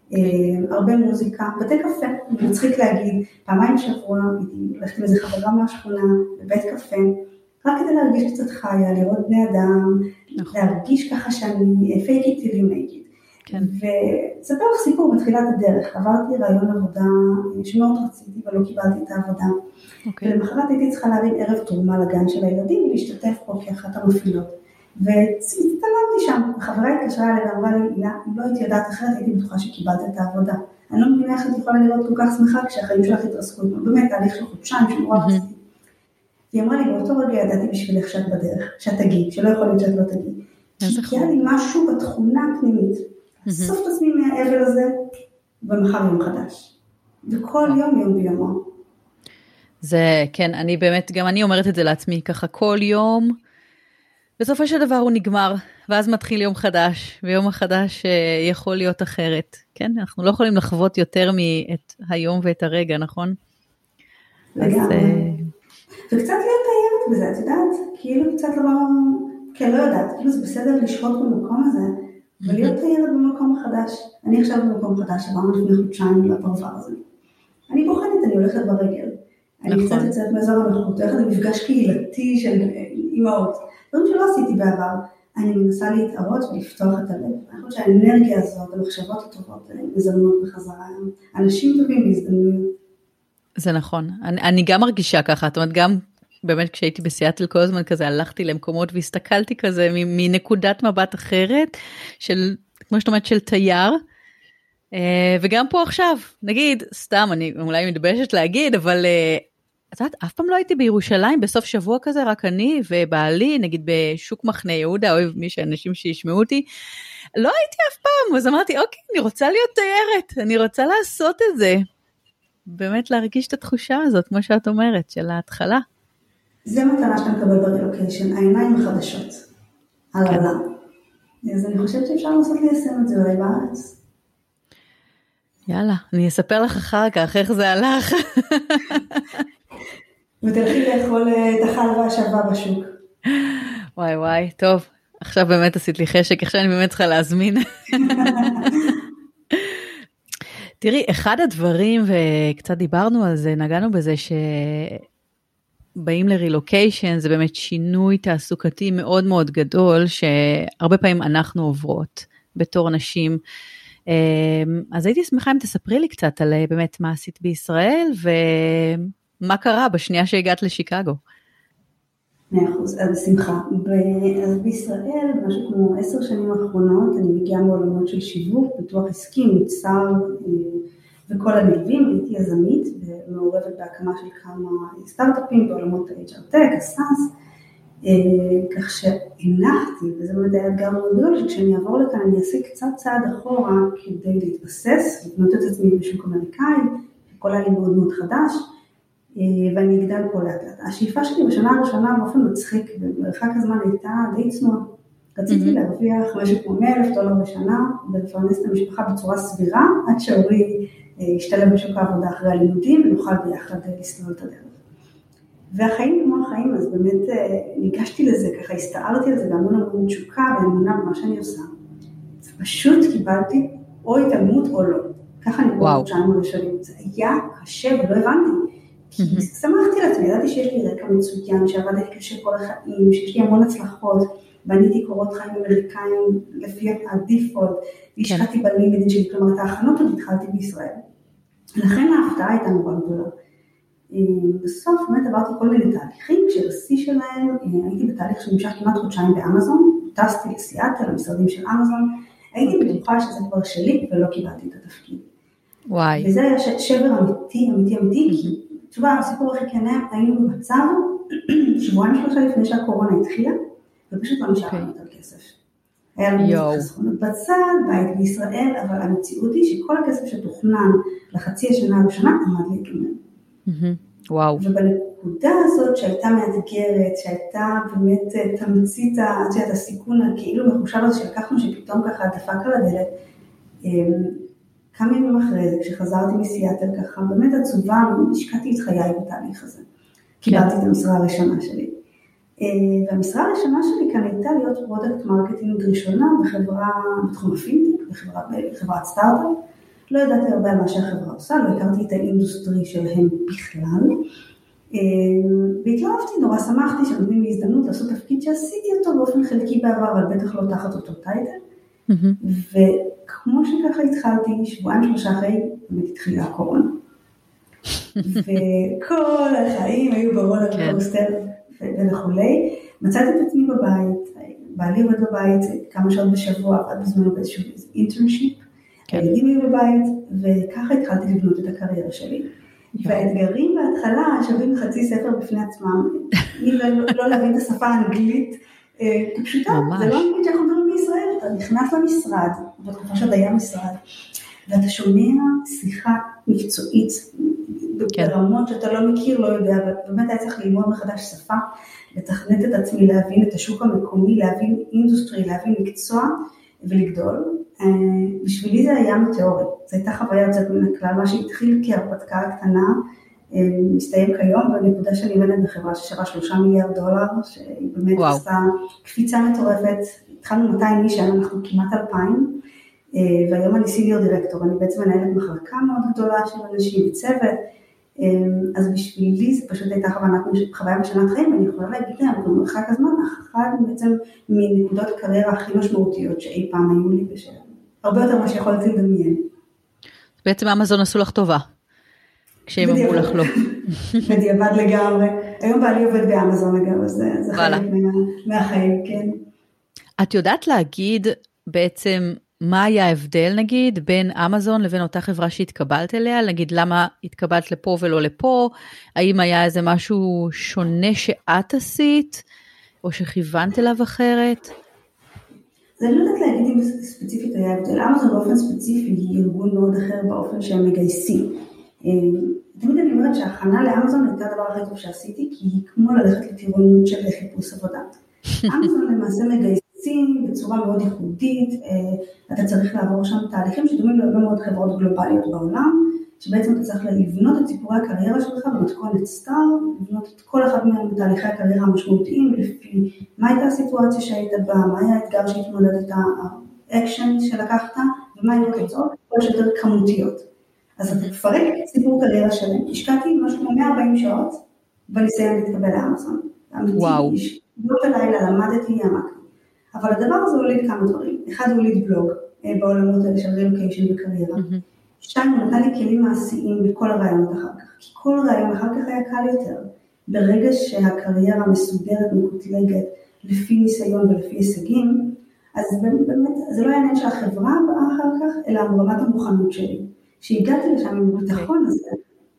הרבה מוזיקה, בתי קפה, מצחיק להגיד, פעמיים שבוע, הלכתי עם איזה חברה מהשכונה, בבית קפה, רק כדי להרגיש קצת חיה, לראות בני אדם, להרגיש ככה שאני fake it till you make it. וספר לך סיפור בתחילת הדרך, עברתי רעיון עבודה שמאוד רציתי ולא קיבלתי את העבודה. ולמחרת הייתי צריכה להרים ערב תרומה לגן של הילדים ולהשתתף פה כאחת המפעילות. והתעלמתי שם, החברה התקשרה אליי ואמרה לי, אם לא הייתי יודעת אחרת, הייתי בטוחה שקיבלת את העבודה. אני לא מבינה איך את יכולה לראות כל כך שמחה כשהחיים שלך התרסקו, באמת תהליך של חודשיים שנורא רציתי. היא אמרה לי, באותו רגע ידעתי בשבילך שאת בדרך, שאת תגיד, שלא יכול להיות שאת לא תגיד. כי היה לי משהו בתכונה הפנימית, אסוף את עצמי מהעבל הזה, ומחר יום חדש. וכל יום יום ביומו. זה, כן, אני באמת, גם אני אומרת את זה לעצמי, ככה כל יום, בסופו של דבר הוא נגמר, ואז מתחיל יום חדש, ויום החדש יכול להיות אחרת, כן? אנחנו לא יכולים לחוות יותר מאת היום ואת הרגע, נכון? לגמרי. וקצת להיות תיירת בזה, את יודעת? כאילו קצת לא, כן, לא יודעת, כאילו זה בסדר לשהות במקום הזה, ולהיות תיירת במקום החדש. אני עכשיו במקום חדש, עברנו לפני חודשיים לפרבר הזה. אני בוחנת, אני הולכת ברגל. אני קצת יוצאת מאזור הנוחות, הולכת למפגש קהילתי של אימהות. דברים שלא עשיתי בעבר, אני מנסה להתערות ולפתוח את הלב. אני חושבת שהאנרגיה הזאת, המחשבות הטובות, מזמנות בחזרה. אנשים טובים בהזדמנויות. זה נכון. אני גם מרגישה ככה, זאת אומרת, גם באמת כשהייתי בסיאטל כל הזמן כזה, הלכתי למקומות והסתכלתי כזה מנקודת מבט אחרת, של, כמו שאת אומרת, של תייר, וגם פה עכשיו, נגיד, סתם, אני אולי מתביישת להגיד, אבל את יודעת, אף פעם לא הייתי בירושלים בסוף שבוע כזה, רק אני ובעלי, נגיד בשוק מחנה יהודה, אוהב מי שאנשים שישמעו אותי, לא הייתי אף פעם, אז אמרתי, אוקיי, אני רוצה להיות תיירת, אני רוצה לעשות את זה, באמת להרגיש את התחושה הזאת, כמו שאת אומרת, של ההתחלה. זה מתנה שאתה מקבל ברילוקיישן, העיניים החדשות, על העולם. אז אני חושבת שאפשר לנסות ליישם את זה אולי בארץ. יאללה, אני אספר לך אחר כך איך זה הלך. ותלכי לאכול את החלבה השווה בשוק. וואי וואי, טוב, עכשיו באמת עשית לי חשק, עכשיו אני באמת צריכה להזמין. תראי, אחד הדברים, וקצת דיברנו על זה, נגענו בזה שבאים לרילוקיישן, זה באמת שינוי תעסוקתי מאוד מאוד גדול, שהרבה פעמים אנחנו עוברות בתור נשים. אז הייתי שמחה אם תספרי לי קצת על באמת מה עשית בישראל, ומה קרה בשנייה שהגעת לשיקגו. 100%, אז בשמחה. אז בישראל, משהו כמו 10 שנים האחרונות, אני מגיעה מעולמות של שיווק, פיתוח עסקי, מוצר וכל הנלווים, הייתי יזמית ומעורבת בהקמה של כמה סטארט-אפים בעולמות ה-HR-Tech, הסאס, כך שהנחתי, וזה באמת היה אתגר מאוד גדול, שכשאני אעבור לכאן אני אעשה קצת צעד אחורה כדי להתבסס, לבנות את עצמי בשוק אמריקאי, הכל היה לי מאוד מאוד חדש, ואני אגדל פה לאט לאט. השאיפה שלי בשנה הראשונה באופן מצחיק, במרחק הזמן הייתה די צנועה. רציתי להרוויח משהו כמו $100,000 בשנה, ולפרנס את המשפחה בצורה סבירה, עד שאורי ישתלב בשוק העבודה אחרי הלימודים, ונוכל ביחד לסלול את הדרך. והחיים כמו החיים, אז באמת ניגשתי לזה, ככה הסתערתי על זה, בהמון המון תשוקה, ואמונה במה שאני עושה. פשוט קיבלתי או התעלמות או לא. ככה אני קוראת חודשיים הראשונים. זה היה קשה ולא הבנתי. כי שמחתי לעצמי, ידעתי שיש לי רקע מצוין, שעבדתי קשה כל החיים, שיש לי המון הצלחות, בניתי קורות חיים אמריקאים לפי הדיפולט, והשקעתי בלינקדאין שלי, כלומר את ההכנות עוד התחלתי בישראל. לכן ההפתעה הייתה נורא גדולה. בסוף באמת עברתי כל מיני תהליכים, כשבשיא שלהם הייתי בתהליך שנמשך כמעט חודשיים באמזון, טסתי לסיאטל, למשרדים של אמזון, הייתי בטוחה שזה כבר שלי ולא קיבלתי את התפקיד. וואי. וזה היה שבר אמיתי, כי תשובה, הסיפור הכי כנה, היינו במצב, 2-3 לפני שהקורונה התחילה, ופשוט לא נשאר לנו יותר כסף. היה לנו חסכונות בצד, בית בישראל, אבל המציאות היא שכל הכסף שתוכנן לחצי השנה הראשונה, עמד להתגמר. וואו. ובנקודה הזאת שהייתה מאתגרת, שהייתה באמת תמצית הסיכון הכאילו מחושב הזה שלקחנו, שפתאום ככה דפק על הדלת, כמה ימים אחרי זה, כשחזרתי מסיאטל ככה, באמת עצובה, השקעתי את חיי בתהליך הזה. קיבלתי את המשרה הראשונה שלי. והמשרה הראשונה שלי כאן הייתה להיות פרודקט מרקטינג ראשונה בחברה, בתחום הפינטק, בחברת סטארט-אפ. לא ידעתי הרבה על מה שהחברה עושה, לא הכרתי את האינדוסטרי שלהם בכלל. והתלהבתי, נורא שמחתי שנותנים לי הזדמנות לעשות תפקיד שעשיתי אותו באופן חלקי בעבר, אבל בטח לא תחת אותו טייטל. וכמו שככה התחלתי, 2-3 אחרי, באמת התחילה הקורונה. וכל החיים היו ברולר קוסטר וכולי. מצאתי את עצמי בבית, בעלי עובד בבית כמה שעות בשבוע, עד בזמנו באיזשהו אינטרנשיפ. הילדים היו בבית, וככה התחלתי לבנות את הקריירה שלי. והאתגרים בהתחלה שווים חצי ספר בפני עצמם, לא להבין את השפה האנגלית, כפשוטה, זה לא אנגלית שאנחנו מדברים בישראל, אתה נכנס למשרד, בתקופה שעוד היה משרד, ואתה שומע שיחה מקצועית, ברמות שאתה לא מכיר, לא יודע, ובאמת היה צריך ללמוד מחדש שפה, לתכנת את עצמי, להבין את השוק המקומי, להבין אינדוסטרי, להבין מקצוע ולגדול. בשבילי זה היה מתיאורי, זו הייתה חוויה יוצאת מן הכלל, מה שהתחיל כהרפתקה קטנה, מסתיים כיום, בנקודה שאני עובדת בחברה ששווה $3 מיליארד, שהיא באמת עשתה קפיצה מטורפת, התחלנו 200 איש, אנחנו כמעט 2,000, והיום אני סיניור דירקטור, אני בעצם מנהלת מחלקה מאוד גדולה של אנשים וצוות, אז בשבילי זה פשוט הייתה חוויה בשנת חיים, ואני יכולה להגיד להם, במרחק הזמן, אחת בעצם מנקודות הקריירה הכי משמעותיות שאי פעם היו לי, הרבה יותר מה שיכולתי לדמיין. בעצם אמזון עשו לך טובה, כשהם אמרו לך לא. בדיעבד לגמרי, היום בעלי עובד באמזון אגב, אז זה חלק מהחיים, כן. את יודעת להגיד בעצם מה היה ההבדל נגיד בין אמזון לבין אותה חברה שהתקבלת אליה, נגיד למה התקבלת לפה ולא לפה, האם היה איזה משהו שונה שאת עשית, או שכיוונת אליו אחרת? אז אני לא יודעת להגיד אם ספציפית היה הבדל, אמזון באופן ספציפי היא ארגון מאוד אחר באופן שהם מגייסים. תמיד אני אומרת שההכנה לאמזון הייתה הדבר הכי טוב שעשיתי, כי היא כמו ללכת לטירונות של חיפוש עבודה. אמזון למעשה מגייסים בצורה מאוד ייחודית, אתה צריך לעבור שם תהליכים שדומים להרבה מאוד חברות גלובליות בעולם, שבעצם אתה צריך לבנות את סיפורי הקריירה שלך במתכונת סטאר, לבנות את כל אחד מתהליכי הקריירה המשמעותיים, לפי מה הייתה הסיטואציה שהיית בה, מה היה האתגר שהתמודדת, האקשן שלקחת, ומה היו התוצאות, כל שיותר כמותיות. אז אתה תפרק את סיפור קריירה שלהם, השקעתי משהו כמו 140 שעות, בניסיון להתקבל לאמזון. וואו. לא בלילה למדתי יעמקתי. אבל הדבר הזה הוליד כמה דברים. אחד הוליד בלוג, בעולמות האלה של רילוקיישן וקריירה. שתיים, הוא נתן לי כלים מעשיים בכל הרעיונות אחר כך. כי כל רעיון אחר כך היה קל יותר. ברגע שהקריירה מסודרת, מקוטלגת, לפי ניסיון ולפי הישגים, אז באמת, זה לא העניין של החברה הבאה אחר כך, אלא רמת המוכנות שלי. שהגעתי לשם עם ביטחון הזה,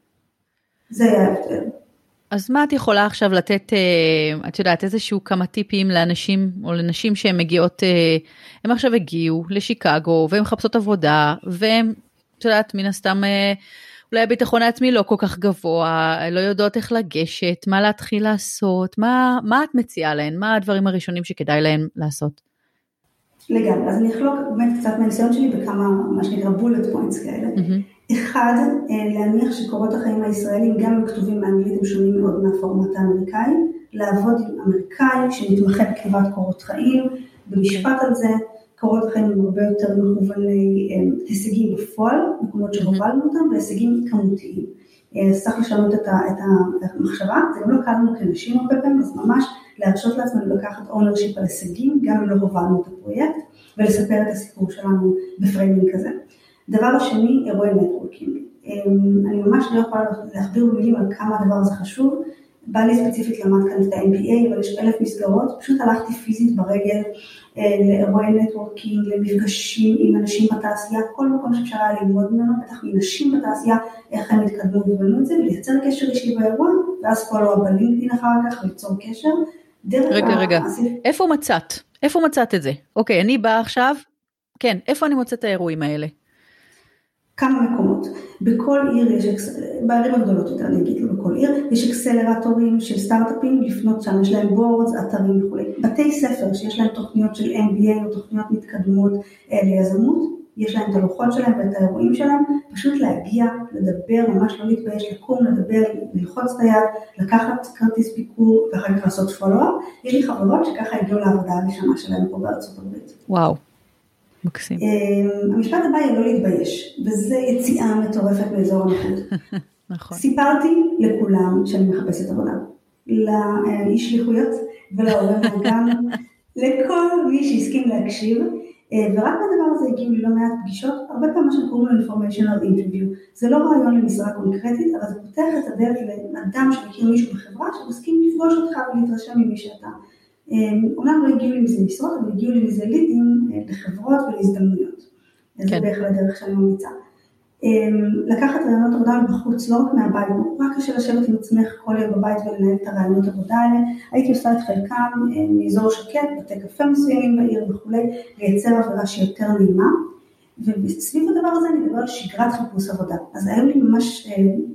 זה היה ההבדל. אז מה את יכולה עכשיו לתת, את יודעת, איזשהו כמה טיפים לאנשים, או לנשים שהן מגיעות, הם עכשיו הגיעו לשיקגו, והן מחפשות עבודה, והן, את יודעת, מן הסתם, אולי הביטחון העצמי לא כל כך גבוה, לא יודעות איך לגשת, מה להתחיל לעשות, מה את מציעה להן, מה הדברים הראשונים שכדאי להן לעשות? לגמרי, אז אני אחלוק באמת קצת מהניסיון שלי בכמה, מה שנקרא בולט פוינטס כאלה. אחד, להניח שקורות החיים הישראלים, גם אם כתובים באנגלית, הם שונים מאוד מהפורמט האמריקאי, לעבוד עם אמריקאי שמתמחה בכתיבת קורות חיים, במשפט על זה, קורות החיים הם הרבה יותר מכווני הישגים בפועל, מקומות שהובלנו אותם, והישגים כמותיים. אז צריך לשנות את המחשבה, זה גם לא קל לנו כנשים הרבה פעמים, אז ממש להרשות לעצמנו לקחת ownership על הישגים, גם אם לא הובלנו את הפרויקט, ולספר את הסיפור שלנו בפריימינג כזה. דבר השני, אירועי נטוורקינג. אני ממש לא יכולה להכביר במילים על כמה הדבר הזה חשוב, בא לי ספציפית למד כאן את ה-MBA, אבל יש 1,000 מסגרות, פשוט הלכתי פיזית ברגל לאירועי נטוורקינג, למפגשים עם אנשים בתעשייה, כל מקום שאפשר היה ללמוד ממנו, בטח מנשים בתעשייה, איך הם התקדמו ובנו את זה, ולייצר קשר אישי באירוע, ואז פולו-אפ בלינקדאין אחר כך, וליצור קשר. רגע, איפה מצאת את זה? אוקיי, אני באה עכשיו, כן, איפה אני מוצאת את האירועים האלה? כמה מקומות. בכל עיר יש, בערים הגדולות יותר נגיד, בכל עיר, יש אקסלרטורים של סטארט-אפים, לפנות שם, יש להם בורדס, אתרים וכו'. בתי ספר שיש להם תוכניות של MBA או תוכניות מתקדמות ליזמות, יש להם את הלוחות שלהם ואת האירועים שלהם, פשוט להגיע, לדבר, ממש לא להתבייש, לקום, לדבר, ללחוץ את היד, לקחת כרטיס ביקור, ואחר כך לעשות פולו-אפ. יש לי חברות שככה הגיעו לעבודה הראשונה שלהם פה בארצות הברית. וואו. מקסים. המשפט הבא היא לא להתבייש, וזה יציאה מטורפת מאזור הנוחות. נכון. סיפרתי לכולם שאני מחפשת עבודה, לאיש שליחויות ולהורים גם, לכל מי שהסכים להקשיב, ורק מהדבר הזה הגיעו לי לא מעט פגישות, הרבה פעמים מה שקוראים לו informational interview, זה לא רעיון למשרה קונקרטית, אבל זה פותח את הדרך לאדם שמכיר מישהו בחברה, שמסכים לפגוש אותך ולהתרשם ממי שאתה. אומנם לא הגיעו לי מזה משרות, אבל הגיעו לי מזה לידים לחברות ולהזדמנויות. זה בהחלט דרך שאני ממליצה. לקחת רעיונות עבודה בחוץ, לא רק מהבית, רק קשה לשבת עם עצמך כל יום בבית ולנהל את הרעיונות עבודה האלה. הייתי עושה את חלקם מאזור שקט, בתי קפה מסוימים בעיר וכו', לייצר עבודה שיותר נעימה. וסביב הדבר הזה אני מדבר על שגרת חיפוש עבודה. אז היו לי ממש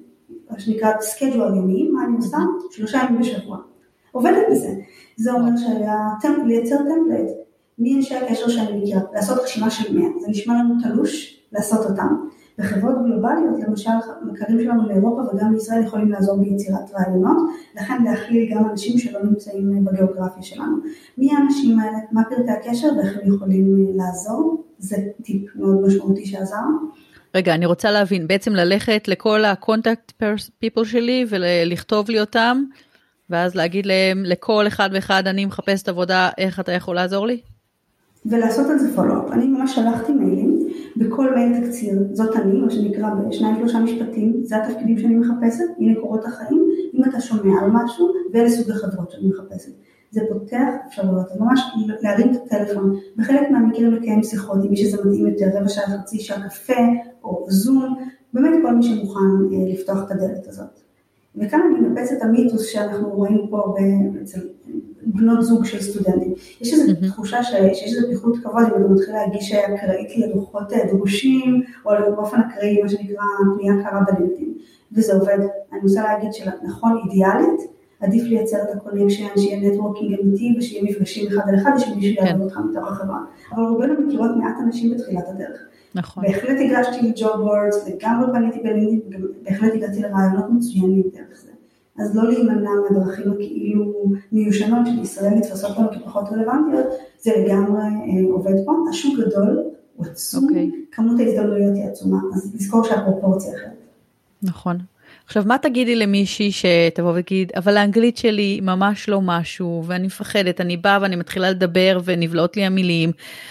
שנקרא סקייג'ואל יומי, מה אני עושה? 3 ימים בשבוע. עובדת בזה. זה אומר לייצר טמפלייט, מי אנשי הקשר שאני מכירה, לעשות רשימה של 100, זה נשמע לנו תלוש לעשות אותם. בחברות גלובליות, למשל, מכרים שלנו מאירופה וגם מישראל יכולים לעזור ביצירת רעיונות, לכן להכליל גם אנשים שלא נמצאים בגיאוגרפיה שלנו. מי האנשים האלה, מה פרטי הקשר ואיך הם יכולים לעזור, זה טיפ מאוד משמעותי שעזר. רגע, אני רוצה להבין, בעצם ללכת לכל ה-contact people שלי ולכתוב לי אותם, ואז להגיד להם, לכל אחד ואחד אני מחפשת עבודה, איך אתה יכול לעזור לי? ולעשות על זה פולו-אפ. אני ממש שלחתי מיילים, בכל מייל תקציר, זאת אני, מה שנקרא ב2-3 משפטים, זה התפקידים שאני מחפשת, הנה קורות החיים, אם אתה שומע על משהו, ואלה סוג החברות שאני מחפשת. זה פותח אפשרויות, אז ממש להרים את הטלפון, בחלק מהמקרים לקיים שיחות, עם מי שזה מתאים יותר, רבע שעה, חצי שעה קפה, או זום, באמת כל מי שמוכן לפתוח את הדלת הזאת. וכאן אני מנפץ את המיתוס שאנחנו רואים פה אצל בנות זוג של סטודנטים. יש איזו תחושה שיש איזו פיחות כבוד, אם אתה מתחיל להגיש אקראית לדוחות דרושים, או באופן אקראי, מה שנקרא פנייה קרה בלינקדאין. וזה עובד. אני רוצה להגיד שנכון, אידיאלית, עדיף לייצר את הקונקשן, שיהיה נטוורקינג אמיתי, ושיהיה מפגשים אחד על אחד, ושמישהו יעבוד אותך מתוך החברה. אבל רובנו מכירות מעט אנשים בתחילת הדרך. נכון. בהחלט הגשתי לג'וב בורדס, לגמרי פניתי בלינקדאין, בהחלט הגעתי לרעיונות מצוינים דרך זה. אז לא להימנע מהדרכים הכאילו מיושנות של ישראל נתפסות לנו כפחות רלוונטיות, זה לגמרי עובד פה. השוק גדול, הוא עצום, כמות ההזדמנויות היא עצומה, אז לזכור שהפרופורציה אחרת. נכון. עכשיו, מה תגידי למישהי שתבוא ותגיד, אבל האנגלית שלי ממש לא משהו, ואני מפחדת, אני באה ואני מתחילה לדבר, ונבלעות לי המילים,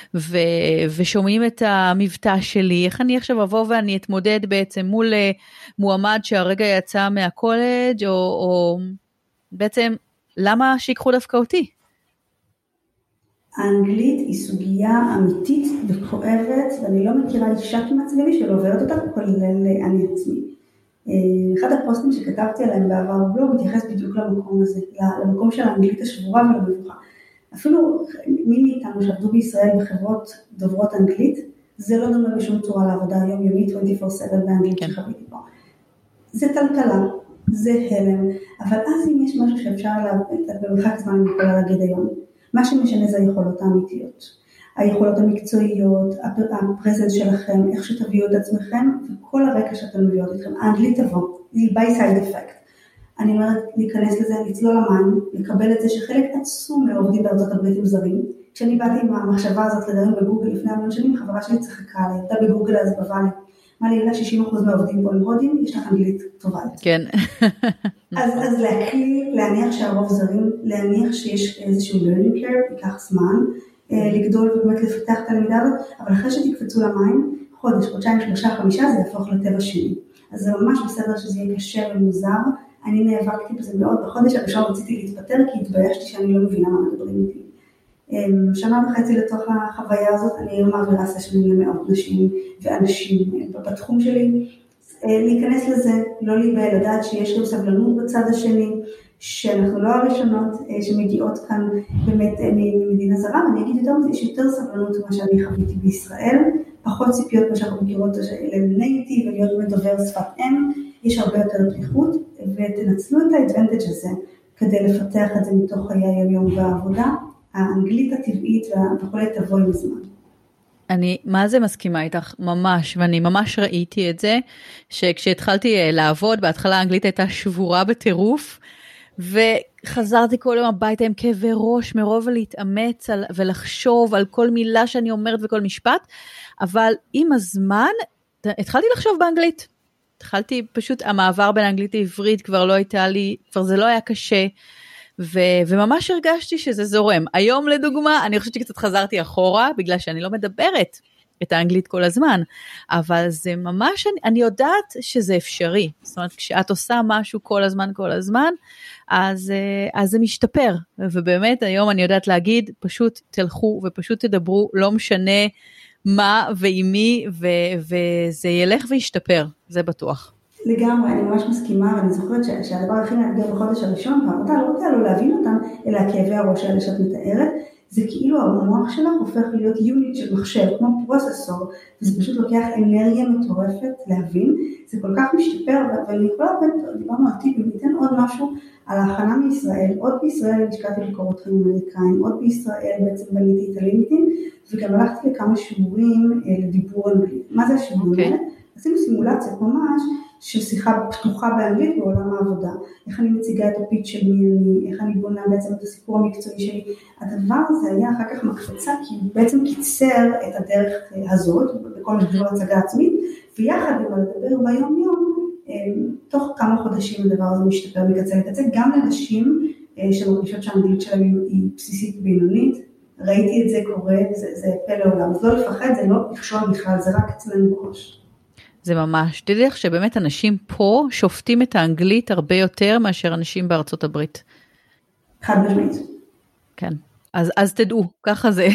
ושומעים את המבטא שלי, איך אני עכשיו אבוא ואני אתמודד בעצם מול מועמד שהרגע יצא מהקולג', או בעצם, למה שיקחו דווקא אותי? האנגלית היא סוגיה אמיתית וכואבת, ואני לא מכירה אישה כמעט סביבי שלא עוברת אותה, כולל אני עצמי. אחד הפוסטים שכתבתי עליהם בעבר בלוג מתייחס בדיוק למקום הזה, למקום של האנגלית השבורה ולמבוכה. אפילו מי מאיתנו שעבדו בישראל בחברות דוברות אנגלית, זה לא דומה בשום צורה לעבודה היומיומית 24/7 באנגלית שחוויתי פה. זה טלטלה, זה הלם, אבל אז אם יש משהו שאפשר במרחק זמן אני יכולה להגיד היום, מה שמשנה זה היכולות האמיתיות. היכולות המקצועיות, הפרזנס שלכם, איך שתביאו את עצמכם, וכל הרקע שאתם מביאות אתכם. האנגלית תבוא, היא by side effect. אני אומרת להיכנס לזה, לצלול למים, לקבל את זה שחלק עצום מעובדים בארצות הברית עם זרים. כשאני באתי עם המחשבה הזאת לדברים בגוגל לפני המון שנים, חברה שלי צחקה עליי, הייתה בגוגל אז בוואלי. מה לי, 60% מהעובדים פה עם הודים, יש לך אנגלית טובה. כן. אז להניח שהרוב זרים, להניח שיש איזשהו learning curve, ייקח זמן, לגדול ובאמת לפתח את הלמידה הזאת, אבל אחרי שתקפצו למים, חודש, חודשיים, 3, 5, זה יהפוך לטבע שני. אז זה ממש בסדר שזה יהיה קשה ומוזר. אני נאבקתי בזה מאוד. בחודש הראשון רציתי להתפטר, כי התביישתי שאני לא מבינה מה מדברים איתי. 1.5 שנה לתוך החוויה הזאת, אני היום מעבירה סשנים למאות נשים ואנשים בתחום שלי. להיכנס לזה, לא להיבהל, לדעת שיש לו סבלנות בצד השני, שאנחנו לא הראשונות שמגיעות כאן באמת ממדינה זרה, ואני אגיד יותר מזה, יש יותר סבלנות ממה שאני חוויתי בישראל, פחות ציפיות מה שאנחנו מכירות לנייטיב ולהיות מדובר שפת אם, יש הרבה יותר פתיחות, ותנצלו את האדוונטג' הזה כדי לפתח את זה מתוך חיי היום והעבודה, האנגלית הטבעית וכולי תבוא עם הזמן. אני מה זה מסכימה איתך ממש, ואני ממש ראיתי את זה, שכשהתחלתי לעבוד, בהתחלה האנגלית הייתה שבורה בטירוף, וחזרתי כל יום הביתה עם כאבי ראש, מרוב להתאמץ ולחשוב על כל מילה שאני אומרת וכל משפט, אבל עם הזמן התחלתי לחשוב באנגלית, התחלתי פשוט, המעבר בין האנגלית לעברית כבר לא הייתה לי, כבר זה לא היה קשה, וממש הרגשתי שזה זורם. היום לדוגמה, אני חושבת שקצת חזרתי אחורה, בגלל שאני לא מדברת את האנגלית כל הזמן, אבל זה ממש, אני יודעת שזה אפשרי, זאת אומרת, כשאת עושה משהו כל הזמן, אז זה משתפר, ובאמת היום אני יודעת להגיד, פשוט תלכו ופשוט תדברו, לא משנה מה ועם מי, וזה ילך וישתפר, זה בטוח. לגמרי, אני ממש מסכימה, ואני זוכרת שהדבר הכי מאתגר בחודש הראשון, והעבודה לא רוצה לא להבין אותם, אלא כאבי הראש האלה שאת מתארת, זה כאילו המוח שלך הופך להיות יוניט של מחשב, כמו פרוססור, וזה פשוט לוקח אנרגיה מטורפת להבין, זה כל כך משתפר, ואני יכולה דיברנו על טיפים, ניתן עוד משהו על ההכנה מישראל, עוד בישראל השקעתי בקורות חיים אמריקאים, עוד בישראל בעצם בניתי את הלינקדאין, וגם הלכתי לכמה שיעורים לדיבור אנגלית. מה זה השיעורים האלה? עשינו סימולציה ממש של שיחה פתוחה באנגלית בעולם העבודה. איך אני מציגה את הפיץ' של מי אני, איך אני בונה בעצם את הסיפור המקצועי שלי. הדבר הזה היה אחר כך מקפצה, כי הוא בעצם קיצר את הדרך הזאת, בכל משבר הצגה עצמית, ויחד עם לדבר ביום יום, תוך כמה חודשים הדבר הזה משתפר מקצה לקצה, גם לנשים שמרגישות שהאנגלית שלהם היא בסיסית בינונית, ראיתי את זה קורה, זה פלא עולם, אז לא לפחד, זה לא מכשול בכלל, זה רק אצלנו בראש. זה ממש, תדעי לך שבאמת אנשים פה שופטים את האנגלית הרבה יותר מאשר אנשים בארצות הברית. חד משמעית. כן, אז תדעו, ככה זה.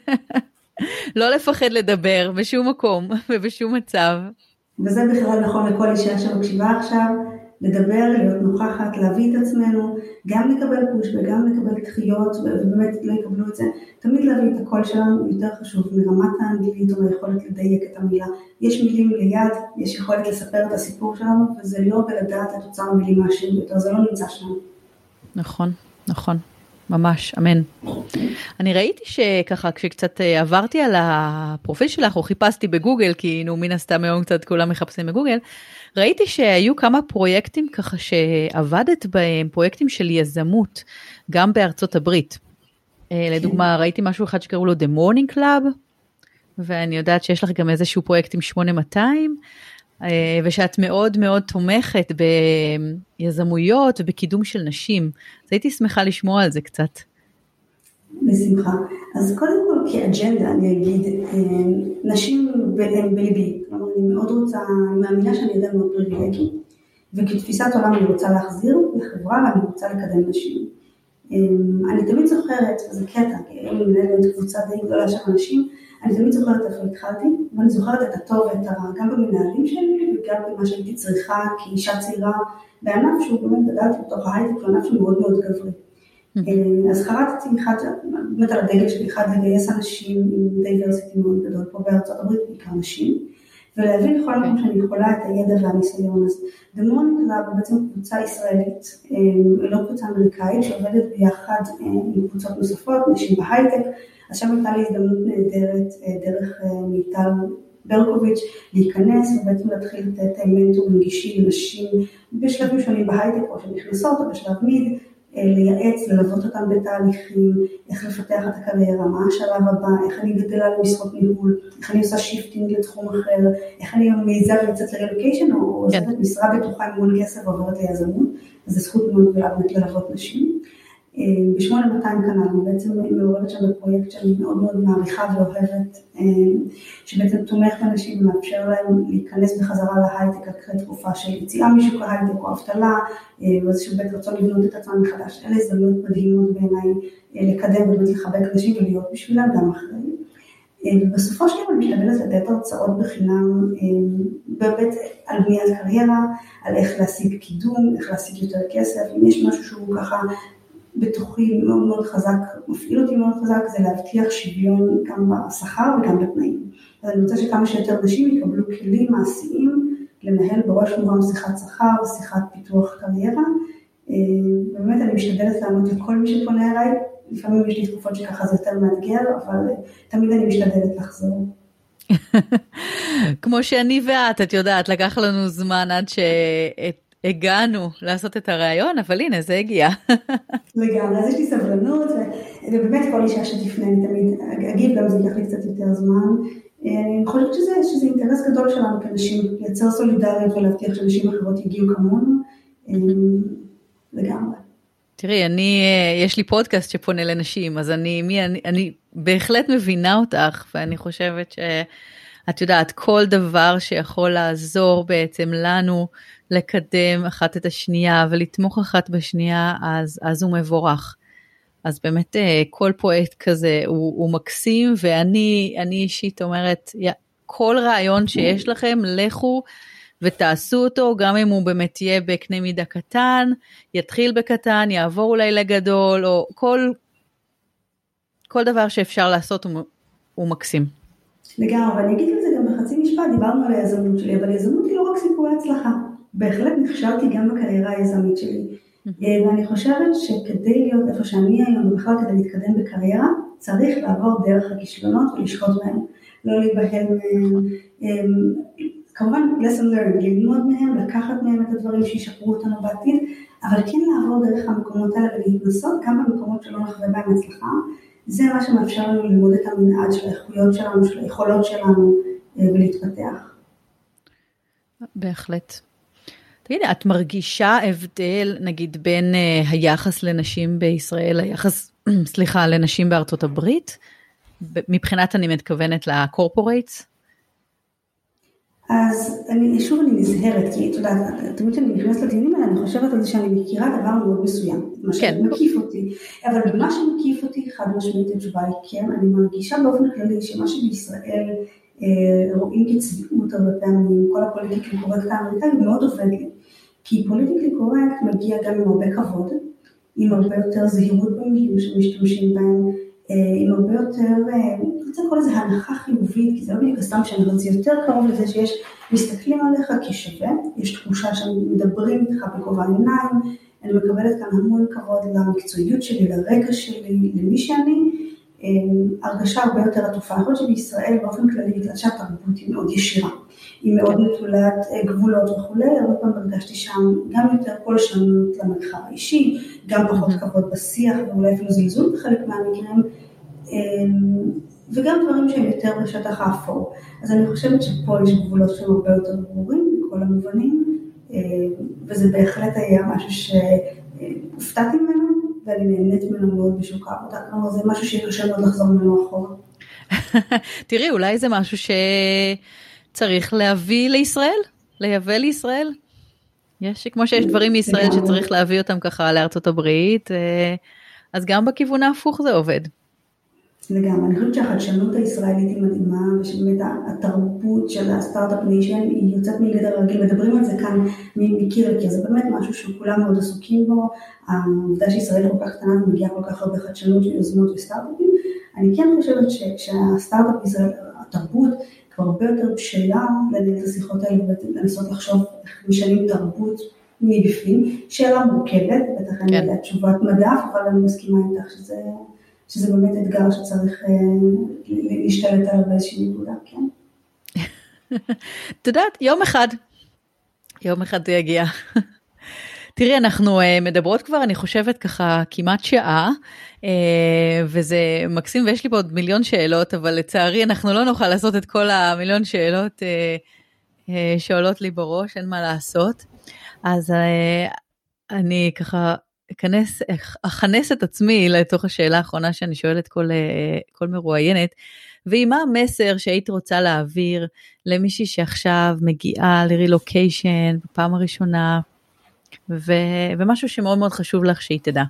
לא לפחד לדבר בשום מקום ובשום מצב. וזה בכלל נכון לכל אישה שמקשיבה עכשיו, לדבר, להיות נוכחת, להביא את עצמנו, גם לקבל פוש וגם לקבל דחיות, ובאמת לא יקבלו את זה. תמיד להביא את הקול שלנו, יותר חשוב מרמת האנגלית או היכולת לדייק את המילה. יש מילים ליד, יש יכולת לספר את הסיפור שלנו, וזה לא בלדעת את אותם המילים מהשם יותר, זה לא נמצא שם. נכון, נכון. ממש, אמן. אני ראיתי שככה, כשקצת עברתי על הפרופיל שלך, או חיפשתי בגוגל, כי מן הסתם היום קצת כולם מחפשים בגוגל, ראיתי שהיו כמה פרויקטים ככה שעבדת בהם, פרויקטים של יזמות, גם בארצות הברית. לדוגמה, ראיתי משהו אחד שקראו לו The Morning Club, ואני יודעת שיש לך גם איזשהו פרויקט עם 8200, ושאת מאוד מאוד תומכת ביזמויות ובקידום של נשים. אז הייתי שמחה לשמוע על זה קצת. בשמחה. אז קודם כל כאג'נדה אני אגיד, נשים הם בליבי. כלומר, אני מאוד רוצה, אני מאמינה שאני אדם מאוד פריבילגי, וכתפיסת עולם אני רוצה להחזיר לחברה ואני רוצה לקדם נשים. אני תמיד זוכרת, וזה קטע, כי אני מנהלת קבוצה די גדולה של אנשים, אני תמיד זוכרת איפה התחלתי, ואני זוכרת את הטוב ואת הרע, גם במנהלים שלי, וגם במה שהייתי צריכה כאישה צעירה, בענף שהוא באמת גדלתי בתוך ההייטק, וענף שהוא מאוד מאוד גברי. אז חרטתי באמת על הדגל שלי, לגייס אנשים עם דייברסיטי מאוד גדול, פה בארצות הברית, בעיקר נשים, ולהבין לכל מקום שאני יכולה את הידע והניסיון. אז The Morning Club הוא בעצם קבוצה ישראלית, לא קבוצה אמריקאית, שעובדת ביחד עם קבוצות נוספות, נשים בהייטק. אז שם הייתה לי הזדמנות נהדרת דרך מיטל ברקוביץ' להיכנס ובעצם להתחיל לתת מנטור נגישי לנשים בשלבים שונים בהייטק או שנכנסות או בשלב מיד, לייעץ, ללוות אותם בתהליכים, איך לפתח את הקריירה, מה השלב הבא, איך אני גדלה למשרות ניהול, איך אני עושה שיפטינג לתחום אחר, איך אני מעיזה לצאת לרילוקיישן או עושה את משרה בטוחה עם המון כסף ועוברת ליזמות, אז זו זכות מאוד גדולה באמת ללוות נשים. ב8200 כנ"ל, אני בעצם מעורבת שם בפרויקט שאני מאוד מאוד מעריכה ואוהבת, שבעצם תומך באנשים ומאפשר להם להיכנס בחזרה להייטק אחרי תקופה של יציאה משוק ההייטק או אבטלה, ואיזשהו בית רצון לבנות את עצמם מחדש. אלה הזדמנות מדהימות בעיניי לקדם ובאמת לחבק אנשים ולהיות בשבילם גם אחרי. ובסופו של דבר אני משתדלת לתת הרצאות בחינם, באמת על בניית קריירה, על איך להשיג קידום, איך להשיג יותר כסף, אם יש משהו שהוא ככה בתוכי מאוד מאוד חזק, מפעיל אותי מאוד חזק, זה להבטיח שוויון גם בשכר וגם בתנאים. אז אני רוצה שכמה שיותר נשים יקבלו כלים מעשיים, לנהל בראש ובראשונה שיחת שכר ושיחת פיתוח קריירה. באמת אני משתדלת לענות לכל מי שפונה אליי, לפעמים יש לי תקופות שככה זה יותר מאתגר, אבל תמיד אני משתדלת לחזור. כמו שאני ואת, את יודעת, לקח לנו זמן עד הגענו לעשות את הרעיון, אבל הנה, זה הגיע. לגמרי, אז יש לי סבלנות, ובאמת כל אישה שתפנה, אני תמיד אגיב, גם זה ייקח לי קצת יותר זמן. אני חושבת שזה אינטרס גדול שלנו כנשים, לייצר סולידריות ולהבטיח שאנשים אחרות יגיעו כמונו, לגמרי. תראי, יש לי פודקאסט שפונה לנשים, אז אני בהחלט מבינה אותך, ואני חושבת שאת יודעת, כל דבר שיכול לעזור בעצם לנו, לקדם אחת את השנייה ולתמוך אחת בשנייה, אז הוא מבורך. אז באמת כל פרויקט כזה הוא מקסים, ואני אישית אומרת, כל רעיון שיש לכם, לכו ותעשו אותו, גם אם הוא באמת יהיה בקנה מידה קטן, יתחיל בקטן, יעבור אולי לגדול, או כל דבר שאפשר לעשות הוא מקסים. לגמרי, ואני אגיד את זה גם בחצי משפט, דיברנו על היזמות שלי, אבל היזמות היא לא רק סיפורי הצלחה. בהחלט נכשלתי גם בקריירה היזמית שלי. ואני חושבת שכדי להיות איפה שאני היום, ובכלל כדי להתקדם בקריירה, צריך לעבור דרך הכישלונות ולשחוט מהם. לא להיבהל מהם, כמובן lesson learned, ללמוד מהם, לקחת מהם את הדברים שישפרו אותנו בעתיד, אבל כן לעבור דרך המקומות האלה ולהתנסות גם במקומות שלא נחווה בהם הצלחה. זה מה שמאפשר לנו ללמוד את המנעד של האיכויות שלנו, של היכולות שלנו ולהתפתח. בהחלט. תגידי, את מרגישה הבדל, נגיד, בין היחס לנשים בישראל, לנשים בארצות הברית? מבחינת אני מתכוונת לקורפורייטס? אז אני נזהרת, כי תמיד שאני נכנסת לדיונים האלה, אני חושבת על זה שאני מכירה דבר מאוד מסוים, מה שמקיף אותי, אבל במה שמקיף אותי חד משמעית התשובה היא כן, אני מרגישה באופן כללי שמה שבישראל רואים כצביעות הרבה פעמים, כל הפוליטיקלי קורקט האמריקאי מאוד עובד לי, כי פוליטיקלי קורקט מגיע גם עם הרבה כבוד, עם הרבה יותר זהירות במילים שמשתמשים בהם, עם הרבה יותר, אני רוצה לקרוא לזה הנחה חיובית, כי זה לא בדיוק הסתם שאני רוצה יותר קרוב לזה שיש, מסתכלים עליך כשווה, יש תחושה שמדברים איתך בגובה עיניים, אני מקבלת כאן המון כבוד למקצועיות שלי, לרקע שלי, למי שאני, הרגשה הרבה יותר עטופה. אני חושבת שבישראל באופן כללי, בגלל שהתרבות היא מאוד ישירה, היא מאוד נטולת גבולות וכו', הרבה פעם הרגשתי שם גם יותר פולשנות למרחב האישי, גם פחות כבוד בשיח, ואולי אפילו זלזול בחלק מהמקרים, וגם דברים שהם יותר בשטח האפור. אז אני חושבת שפה יש גבולות שהם הרבה יותר ברורים בכל המובנים, וזה בהחלט היה משהו שהופתעתי ממנו, ואני נהנית ממנו מאוד בשוק העבודה. כלומר, זה משהו שקשה מאוד לחזור ממנו אחורה. תראי, אולי זה משהו שצריך להביא לישראל? לייבא לישראל? כמו שיש דברים מישראל שצריך להביא אותם ככה לארצות הברית, אז גם בכיוון ההפוך זה עובד. לגמרי, אני חושבת שהחדשנות הישראלית היא מדהימה, ושבאמת התרבות של הסטארט-אפ ניישן היא יוצאת מגדר רגיל, מדברים על זה כאן מקיר לקיר, זה באמת משהו שכולם מאוד עסוקים בו, העובדה שישראל כל כך קטנה ומגיעה כל כך הרבה חדשנות ויוזמות וסטארט-אפים, אני כן חושבת שהסטארט-אפ בישראל, התרבות כבר הרבה יותר בשלה לנהל את השיחות האלה ולנסות לחשוב איך משנים תרבות מבפנים, שאלה מורכבת, בטח אני יודעת תשובת מדף, אבל אני מסכימה איתך שזה באמת אתגר שצריך להשתלט עליו באיזושהי נקודה, כן? את יודעת, יום אחד זה יגיע. תראי, אנחנו מדברות כבר, אני חושבת ככה כמעט שעה, וזה מקסים, ויש לי פה עוד מיליון שאלות, אבל לצערי אנחנו לא נוכל לעשות את כל המיליון שאלות שעולות לי בראש, אין מה לעשות. אז אני ככה אכנס את עצמי לתוך השאלה האחרונה שאני שואלת כל מרואיינת, והיא מה המסר שהיית רוצה להעביר למישהי שעכשיו מגיעה לרילוקיישן בפעם הראשונה, ומשהו שמאוד מאוד חשוב לך שהיא תדע.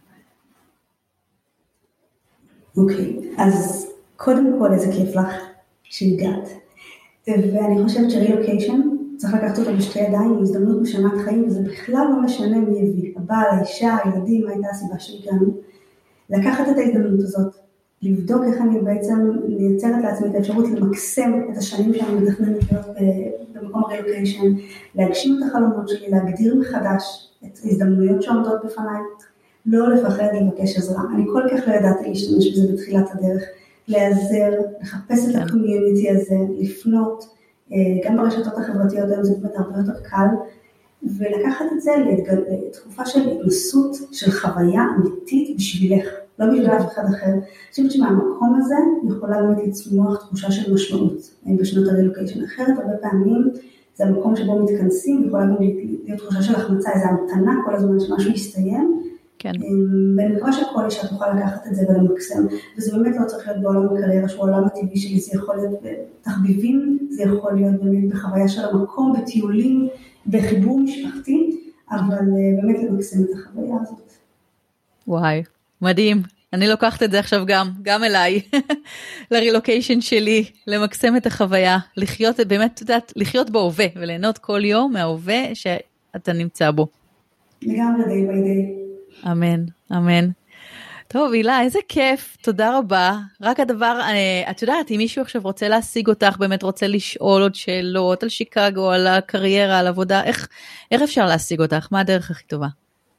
אוקיי, אז קודם כל איזה כיף לך שהגעת, ואני חושבת שרילוקיישן צריך לקחת אותה בשתי ידיים, הזדמנות משנת חיים, וזה בכלל לא משנה מי הביא, הבעל, האישה, הילדים, מה הייתה הסיבה שהגענו, לקחת את ההזדמנות הזאת, לבדוק איך אני בעצם מייצרת לעצמי את האפשרות למקסם את השנים שאני מתכננת להיות במקום הרילוקיישן, להגשים את החלומות שלי, להגדיר מחדש את ההזדמנויות שעומדות בפניי, לא לפחד לבקש עזרה. אני כל כך לא ידעתי להשתמש בזה בתחילת הדרך, להיעזר, לחפש את הקומיוניטי הזה, לפנות, גם ברשתות החברתיות, היום זה באמת הרבה יותר קל, ולקחת את זה לתקופה של התנסות, של חוויה אמיתית בשבילך, לא בשביל אף אחד אחר. אני חושבת שמהמקום הזה יכולה באמת לצמוח תחושה של משמעות בשנות הרילוקיישן. אחרת הרבה פעמים זה המקום שבו מתכנסים, יכולה גם להיות תחושה של החמצה, איזו המתנה כל הזמן שמשהו יסתיים, כן. ואני מקווה שכל אישה תוכל לקחת את זה ולמקסם, וזה באמת לא צריך להיות בעולם הקריירה, שהוא העולם הטבעי שלי, זה יכול להיות בתחביבים, זה יכול להיות באמת בחוויה של המקום, בטיולים, בחיבור משפחתי, אבל באמת למקסם את החוויה הזאת. וואי, מדהים. אני לוקחת את זה עכשיו גם אליי, לרילוקיישן שלי, למקסם את החוויה, לחיות, באמת, יודעת, לחיות בהווה, וליהנות כל יום מההווה שאתה נמצא בו. לגמרי day by day. אמן, אמן. טוב, הילה, איזה כיף, תודה רבה. רק הדבר, את יודעת, אם מישהו עכשיו רוצה להשיג אותך, באמת רוצה לשאול עוד שאלות על שיקגו, על הקריירה, על עבודה, איך אפשר להשיג אותך? מה הדרך הכי טובה?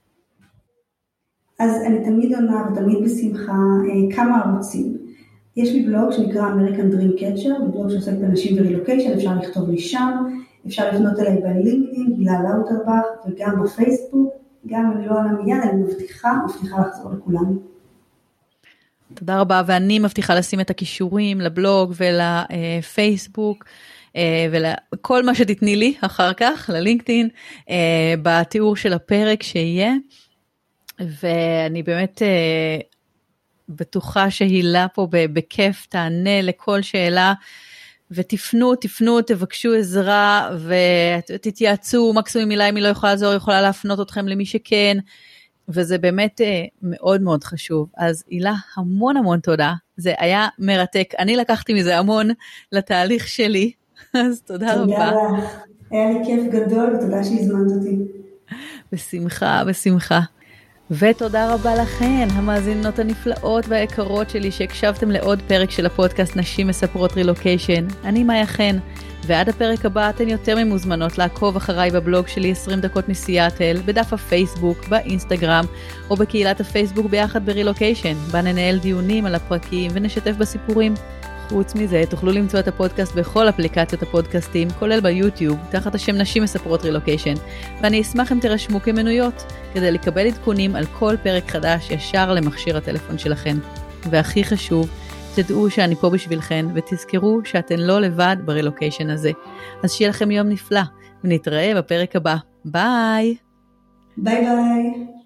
אז אני תמיד עונה ותמיד בשמחה כמה ערוצים. יש לי בלוג שנקרא American Dream Catcher, בלוג שעוסק בנשים ורילוקיישן, אפשר לכתוב לי שם, אפשר לפנות אליי בלינקדאין, הילה לאוטרבך, וגם בפייסבוק, גם אם אני לא עונה מיד, אני מבטיחה לחזור לכולם. תודה רבה, ואני מבטיחה לשים את הכישורים לבלוג ולפייסבוק, וכל מה שתתני לי אחר כך, ללינקדאין, בתיאור של הפרק שיהיה, ואני באמת בטוחה שהילה פה בכיף תענה לכל שאלה, ותפנו, תבקשו עזרה, ותתייעצו, מקסימום מילה אם היא לא יכולה לעזור, יכולה להפנות אתכם למי שכן, וזה באמת מאוד מאוד חשוב. אז הילה, המון תודה, זה היה מרתק, אני לקחתי מזה המון לתהליך שלי, אז תודה רבה. תודה לך, היה לי כיף גדול, ותודה שהזמנת אותי. בשמחה. ותודה רבה לכן, המאזינות הנפלאות והיקרות שלי, שהקשבתם לעוד פרק של הפודקאסט נשים מספרות רילוקיישן. אני מאיה חן, ועד הפרק הבא אתן יותר ממוזמנות לעקוב אחריי בבלוג שלי 20 דקות מסיאטל, בדף הפייסבוק, באינסטגרם, או בקהילת הפייסבוק ביחד ברילוקיישן, בה ננהל דיונים על הפרקים ונשתף בסיפורים. חוץ מזה, תוכלו למצוא את הפודקאסט בכל אפליקציות הפודקאסטים, כולל ביוטיוב, תחת השם נשים מספרות רילוקיישן, ואני אשמח אם תרשמו כמנויות, כדי לקבל עדכונים על כל פרק חדש ישר למכשיר הטלפון שלכם. והכי חשוב, תדעו שאני פה בשבילכן, ותזכרו שאתן לא לבד ברילוקיישן הזה. אז שיהיה לכם יום נפלא, ונתראה בפרק הבא. ביי! ביי ביי!